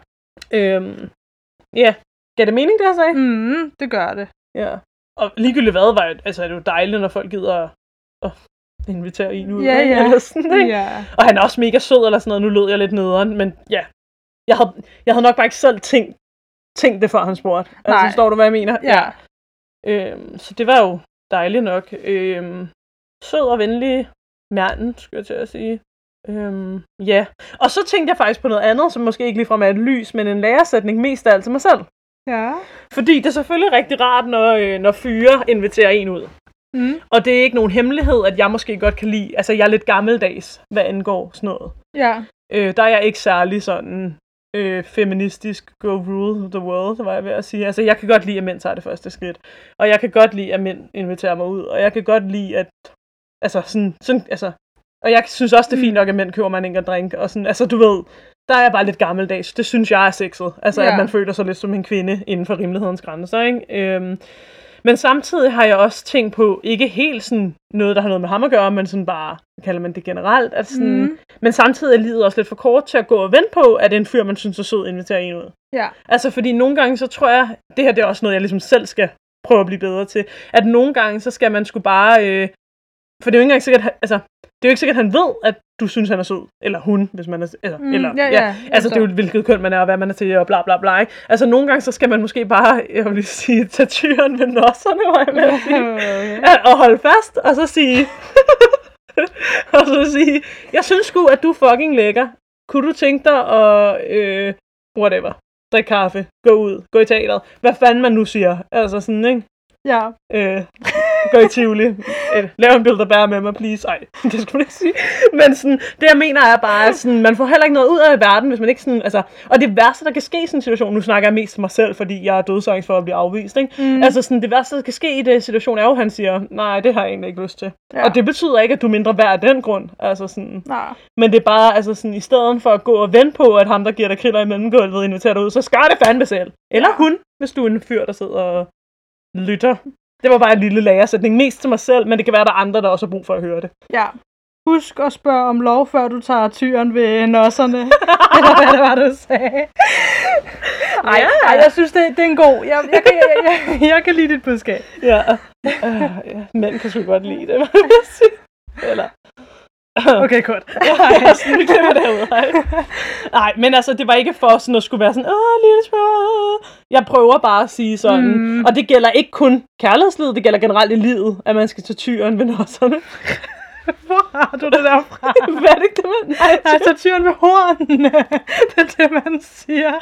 Speaker 1: Øhm. Ja. Gav det mening, det jeg sagde?
Speaker 2: Mm, det gør det.
Speaker 1: Ja. Og ligegyldigt hvad, var jo, altså, er det jo dejligt, når folk gider at, at invitere en ud.
Speaker 2: Ja, ja.
Speaker 1: Eller sådan, ikke?
Speaker 2: Ja.
Speaker 1: Og han er også mega sød eller sådan noget. Nu lød jeg lidt nederen, men ja. Jeg havde, jeg havde nok bare ikke selv tænkt Tænk det, før han spurgte. Altså, forstår du, hvad jeg mener?
Speaker 2: Ja.
Speaker 1: ja. Øhm, så det var jo dejligt nok. Øhm, sød og venlig manden, skulle jeg til at sige. Øhm, ja. Og så tænkte jeg faktisk på noget andet, som måske ikke ligefrem er et lys, men en læresætning mest af alt til mig selv.
Speaker 2: Ja.
Speaker 1: Fordi det er selvfølgelig rigtig rart, når, øh, når fyre inviterer en ud. Mm. Og det er ikke nogen hemmelighed, at jeg måske godt kan lide, altså jeg er lidt gammeldags, hvad angår sådan noget.
Speaker 2: Ja.
Speaker 1: Øh, der er jeg ikke særlig sådan øh, feministisk go rule the world, det var jeg ved at sige. Altså jeg kan godt lide, at mænd tager det første skridt. Og jeg kan godt lide, at mænd inviterer mig ud. Og jeg kan godt lide, at altså sådan, sådan altså, og jeg synes også, det er fint nok, at mænd køber mig en enkelt drink. Og sådan, altså du ved, der er jeg bare lidt gammeldags. Det synes jeg er sexet. Altså ja. At man føler sig lidt som en kvinde inden for rimelighedens grænser, ikke? Øhm, men samtidig har jeg også tænkt på, ikke helt sådan noget, der har noget med ham at gøre, men sådan bare, kalder man det generelt. At sådan, mm. Men samtidig er livet også lidt for kort til at gå og vente på, at en fyr, man synes er sød, inviterer en ud.
Speaker 2: Ja.
Speaker 1: Altså fordi nogle gange, så tror jeg, det her det er også noget, jeg ligesom selv skal prøve at blive bedre til. At nogle gange, så skal man sgu bare, øh, for det er jo ikke engang sikkert, altså, det er jo ikke sikkert, at han ved, at du synes, han er sød. Eller hun, hvis man er, altså, mm, eller, ja, ja, ja. Altså, det er jo, hvilket køn man er, og hvad man er til, og bla bla bla, ikke? Altså, nogle gange, så skal man måske bare, jeg vil lige sige, tage tyren med nosserne, var jeg med at sige. Ja, og holde fast, og så sige, og så sige, jeg synes sgu, at du er fucking lækker. Kunne du tænke dig at, øh, whatever, drikke kaffe, gå ud, gå i teateret, hvad fanden man nu siger. Altså sådan, ikke?
Speaker 2: Ja.
Speaker 1: Øh, gå i Tivoli. Øh, lav en billede, der bærer med mig, please. Ej, det skulle man ikke sige. Men sådan, det jeg mener er bare, at sådan, man får heller ikke noget ud af verden, hvis man ikke sådan, altså, og det værste, der kan ske i sådan en situation, nu snakker jeg mest til mig selv, fordi jeg er dødsangst for at blive afvist, ikke? Mm. Altså sådan, det værste, der kan ske i den situation, er jo, han siger, nej, det har jeg egentlig ikke lyst til. Ja. Og det betyder ikke, at du er mindre værd af den grund. Altså sådan,
Speaker 2: nej.
Speaker 1: Men det er bare, altså sådan, i stedet for at gå og vente på, at ham, der giver dig kriller i mellemgulvet, inviterer dig ud, så skal det fandme selv. Eller ja. Hun, hvis du er en fyr, der sidder og lytter. Det var bare en lille læresætning, mest til mig selv, men det kan være, der er andre, der også har brug for at høre det.
Speaker 2: Ja. Husk at spørge om lov, før du tager tyren ved nosserne. Eller hvad det var, du sagde. Ej, ja. ej jeg synes, det, det er en god. Jeg, jeg, kan, jeg, jeg, jeg kan lide dit budskab.
Speaker 1: Ja. Uh, ja. Mænd kan sgu godt lide det, hvad jeg vil sige. Eller...
Speaker 2: Okay, godt.
Speaker 1: Jeg sådan, derude. Nej, men altså, det var ikke for sådan at skulle være sådan, åh, lille spørg. Jeg prøver bare at sige sådan, mm. og det gælder ikke kun kærlighedslivet, det gælder generelt i livet, at man skal tage tyren ved nosserne.
Speaker 2: Hvor har du det derfra?
Speaker 1: Hvad er det ikke det, man... Nej,
Speaker 2: altså tyren med hornene. Det er det, man siger.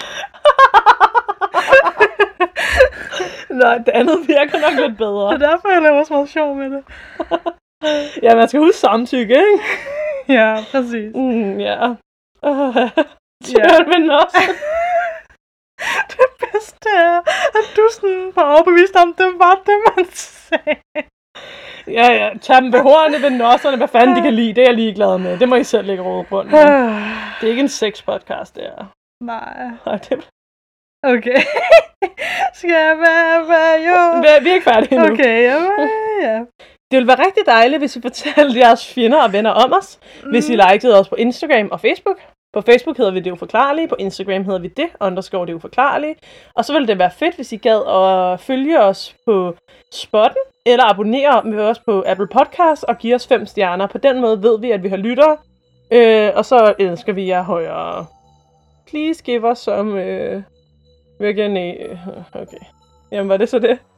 Speaker 1: Nej, det andet virker nok lidt bedre.
Speaker 2: Det er derfor, jeg laver så meget sjov med det.
Speaker 1: Ja, man skal huske samtykke, ikke?
Speaker 2: Ja, præcis.
Speaker 1: Mm, ja. Uh, tyren med nossen.
Speaker 2: Det bedste er, at du sådan var overbevist om, det var det, man sagde.
Speaker 1: Ja, ja. Tag dem ved hornene, ved nosserne. Hvad fanden de kan lide, det er jeg ligeglad med. Det må I selv lægge råd på. Det er ikke en sex-podcast, det er.
Speaker 2: Nej.
Speaker 1: Nej, det...
Speaker 2: Okay. Skal jeg være, være jo?
Speaker 1: Vi er ikke færdige endnu.
Speaker 2: Okay, ja, ja.
Speaker 1: Det ville være rigtig dejligt, hvis I fortalte jeres fjender og venner om os. Mm. Hvis I likede os på Instagram og Facebook. På Facebook hedder vi Det Uforklarlige, på Instagram hedder vi det, underscore Det Uforklarlige. Og så ville det være fedt, hvis I gad at følge os på Spotten, eller abonnere med os på Apple Podcasts og give os fem stjerner. På den måde ved vi, at vi har lyttere, øh, og så elsker vi jer højere. Please give us some... Øh, virke okay. Jamen, var det så det?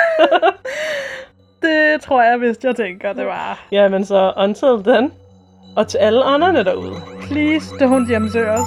Speaker 2: Det tror jeg, hvis jeg tænker, det var.
Speaker 1: Jamen så, until then. Og til alle andrene derude.
Speaker 2: Please don't hjemsøge os.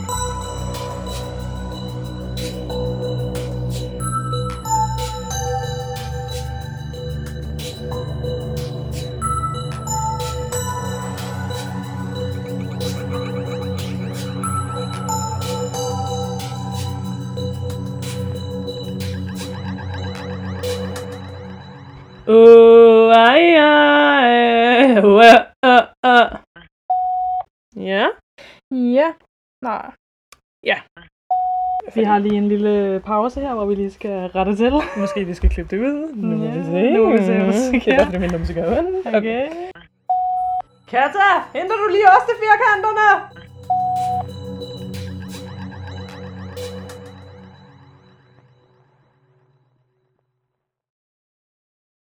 Speaker 1: Uh, ai, ai, uh, uh, uh. Ja.
Speaker 2: Ja. Nej.
Speaker 1: Ja.
Speaker 2: Vi har lige en lille pause her, hvor vi lige skal rette til.
Speaker 1: Måske vi skal klippe det ud. Nu må
Speaker 2: Ja,
Speaker 1: vi se.
Speaker 2: nu må vi se, hvad der sker.
Speaker 1: Det er derfor, det minder om,
Speaker 2: Okay.
Speaker 1: Katta, henter du lige også til firkanterne?